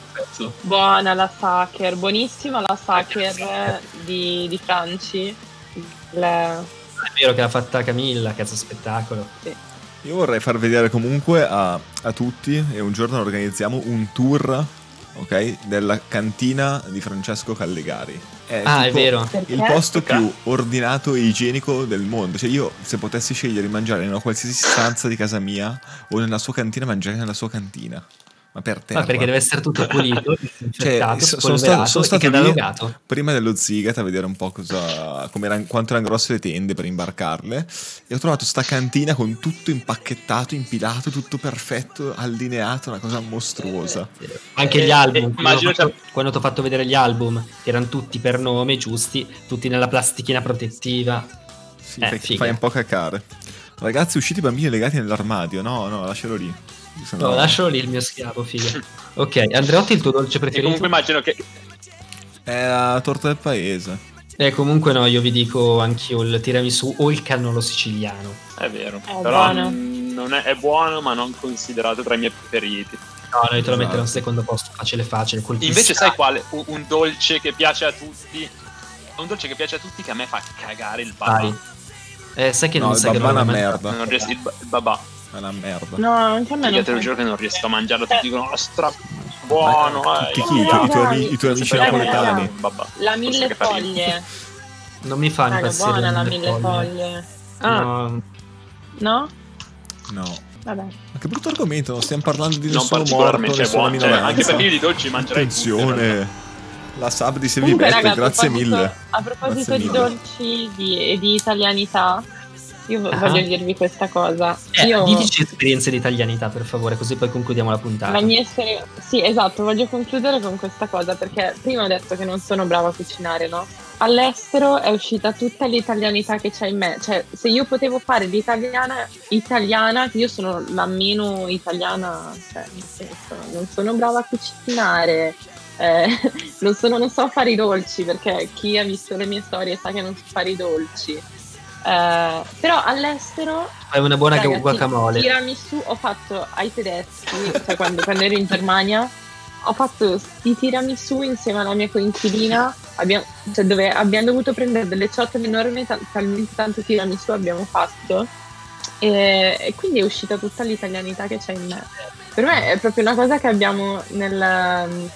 Buona la Sacher, buonissima la Sacher di Franci.
È vero che l'ha fatta Camilla, cazzo spettacolo.
Sì.
Io vorrei far vedere comunque a tutti, e un giorno organizziamo un tour, ok, della cantina di Francesco Callegari. È
È vero.
Perché?
il posto
Ok.
più ordinato e igienico del mondo. Cioè io, se potessi scegliere di mangiare in una qualsiasi stanza di casa mia o nella sua cantina, mangerei nella sua cantina. Ma per terra.
Perché deve essere tutto pulito, disinfettato,
sono
spolverato
stato
e
lì
catalogato.
prima dello Ziget a vedere un po' quanto erano grosse le tende per imbarcarle, e ho trovato sta cantina con tutto impacchettato, impilato, tutto perfetto, allineato, una cosa mostruosa.
Anche gli album,
immagino
quando ti ho fatto vedere gli album, che erano tutti per nome, giusti, tutti nella plastichina protettiva.
Sì,
figa.
fai un po' cacare. Ragazzi, usciti i bambini legati nell'armadio. No, lascialo lì.
No, lascialo lì il mio schiavo, figa. Ok, Andreotti, il tuo dolce
E
preferito?
comunque immagino che
È la torta del paese.
Comunque no, io vi dico anch'io il tiramisù o il cannolo siciliano.
è vero,
È
però
buono.
non è buono, ma non considerato tra i miei preferiti.
No, io te lo metterò
Esatto.
al secondo posto, facile, col
Invece
pistacchio.
sai quale? Un dolce che piace a tutti. Un dolce che piace a tutti che a me fa cagare il babà.
Vai. Sai che
No,
non
il
sai che
babà è
non
una
l'ho mai
merda.
Non riesco, il babà.
È una merda.
No, anche a me
Io
non
te lo
fa.
giuro che non riesco a mangiarlo. Tutti dicono, stra buono.
Tutti chi? I tuoi amici
Raga,
napoletani?
Babà.
La
Forse
mille
che fa ridere.
foglie.
Non mi fa
Raga,
impazzire
buona la
mille
mille foglie.
No,
No?
No.
Vabbè.
Ma che brutto argomento, non stiamo parlando di
Non
nessuno morto,
particolarmente, cioè,
nessuna
buono. Cioè, anche
minoranza.
perché io di dolci mangerei tutti, in realtà.
Attenzione. La sub di
Comunque,
Sevibette,
raga,
grazie mille.
A proposito
Grazie
di
mille.
dolci e di italianità, io
Ah.
voglio dirvi questa cosa. Io
Ditici esperienze di italianità, per favore, così poi concludiamo la puntata.
la mia esperienza. Sì, esatto, voglio concludere con questa cosa perché prima ho detto che non sono brava a cucinare, no? All'estero è uscita tutta l'italianità che c'è in me. Cioè, se io potevo fare l'italiana, che io sono la meno italiana, cioè, nel senso, non sono brava a cucinare. Non so fare i dolci perché chi ha visto le mie storie sa che non so fare i dolci. Però all'estero
Fai una buona
ragazzi,
guacamole.
tiramisù ho fatto ai tedeschi, cioè quando ero in Germania ho fatto i tiramisù insieme alla mia coinquilina, dove abbiamo dovuto prendere delle ciotole enormi, talmente tanto tiramisù abbiamo fatto, e quindi è uscita tutta l'italianità che c'è in me. Per me è proprio una cosa che abbiamo nel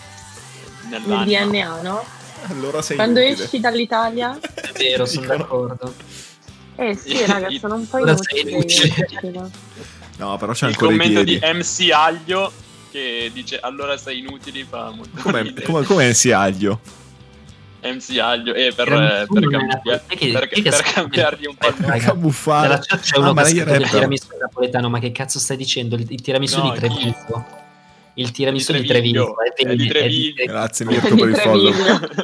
DNA, no?
Allora sei
Quando
inutile.
esci dall'Italia,
È vero, sono
Dicono.
d'accordo.
sì raga, sono un po'
Ora sei
inutile.
inutile.
No, però c'è
Il
ancora i
commento
piedi.
di MC Aglio che dice allora sei inutili fa molto ridere.
Come si aglio?
MC Aglio per
Tiramisù non è
per cambiargli un po' il nome.
Camuffare.
Nella chat c'è uno
ma
che ha
lei
scritto del
rapper.
tiramisù napoletano, ma che cazzo stai dicendo? Il tiramisù
No,
di Treviso. Il tiramisù
Di
di Treviso.
Treviglio. È di Treviglio.
Grazie Mirko per il follow.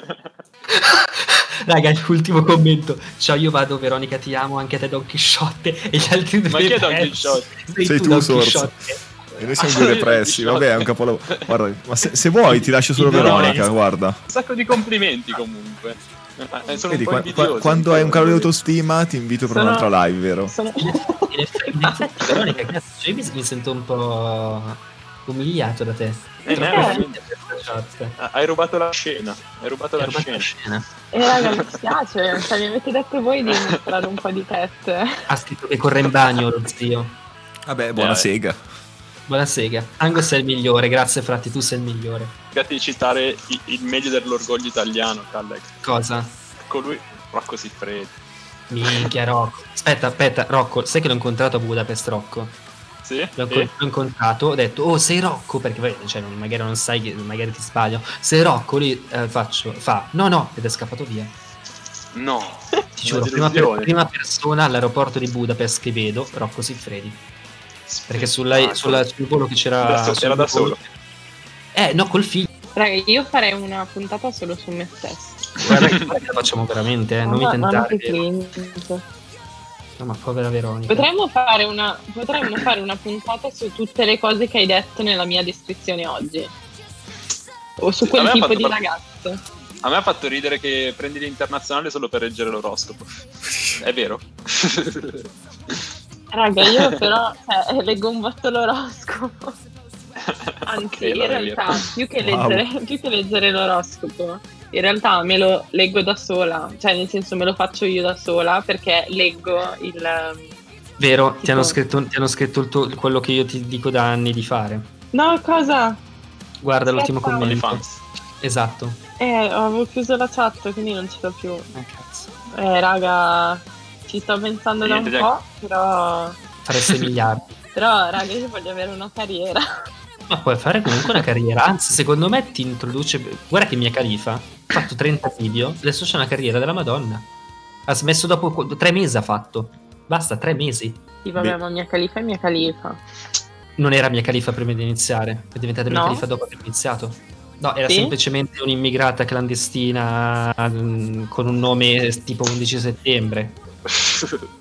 Raga, l'ultimo commento. Ciao, io vado, Veronica, ti amo, anche a te Don Chisciotte e gli altri due.
Ma chi è Don Chisciotte?
Sei tu,
Don
Sorso.
Chisciotte.
E noi siamo due depressi, vabbè, è un capolavoro. Guarda, ma se vuoi ti lascio solo
No,
Veronica,
no,
guarda.
Un sacco di complimenti comunque. Sono
Vedi,
un po' invidioso.
quando hai un calo di autostima ti invito per
Sono-
un'altra live, vero?
In effetti, Veronica, cazzo, cioè, io mi sento un po' umiliato da te.
Perché?
Troppo finta questa chat.
Hai rubato la scena. Hai rubato la
Hai rubato
scena.
la scena.
Raga, mi spiace, cioè, mi avete detto voi di mostrare un po' di tette.
Ha scritto che corre in bagno lo zio.
Vabbè, buona sega.
Buona sega. Angus è il migliore, grazie Fratti, tu sei il migliore.
Cercate di citare il meglio dell'orgoglio italiano, Callex.
Cosa?
Colui, Rocco Siffredi.
Minchia Rocco. Aspetta, Rocco, sai che l'ho incontrato a Budapest, Rocco?
Sì?
L'ho incontrato, ho detto, oh sei Rocco, perché cioè, magari non sai, che magari ti sbaglio. Sei Rocco, lì no, ed è scappato via.
No.
Ti giuro, prima persona all'aeroporto di Budapest che vedo, Rocco Siffredi. Perché sul volo che c'era...
Era da solo.
No, col figlio.
Raga, io farei una puntata solo su me stesso.
Guarda che la facciamo veramente, non mi
Ma
tentare.
che cringe.
No, ma povera Veronica.
Potremmo fare una puntata su tutte le cose che hai detto nella mia descrizione oggi. O su quel tipo di ragazzo.
A me ha fatto ridere che prendi l'internazionale solo per leggere l'oroscopo. È vero?
Raga, io però leggo un botto l'oroscopo. Anzi,
Okay,
in
vabbè,
realtà,
Wow.
più che leggere l'oroscopo, in realtà me lo leggo da sola. Cioè, nel senso, me lo faccio io da sola perché leggo il...
Vero, ti hanno scritto quello che io ti dico da anni di fare.
No, cosa?
Guarda l'ultimo
Aspetta.
commento.
OnlyFans.
Esatto.
Avevo chiuso la chat, quindi non ci sto più.
Cazzo.
Raga, ci sto pensando da un
Niente,
po', però...
Fare 6 miliardi.
Però, raga, io voglio avere una carriera.
Ma puoi fare comunque una carriera. Anzi, secondo me ti introduce. Guarda che Mia Khalifa ha fatto 30 video. Adesso c'è una carriera della Madonna. Ha smesso dopo 3 mesi. Ha fatto. Basta, 3 mesi.
Sì, vabbè, ma Mia Khalifa è Mia Khalifa.
Non era Mia Khalifa prima di iniziare. È diventata Mia
No?
Khalifa dopo aver iniziato. No, era
Sì?
semplicemente un'immigrata clandestina con un nome tipo 11 settembre.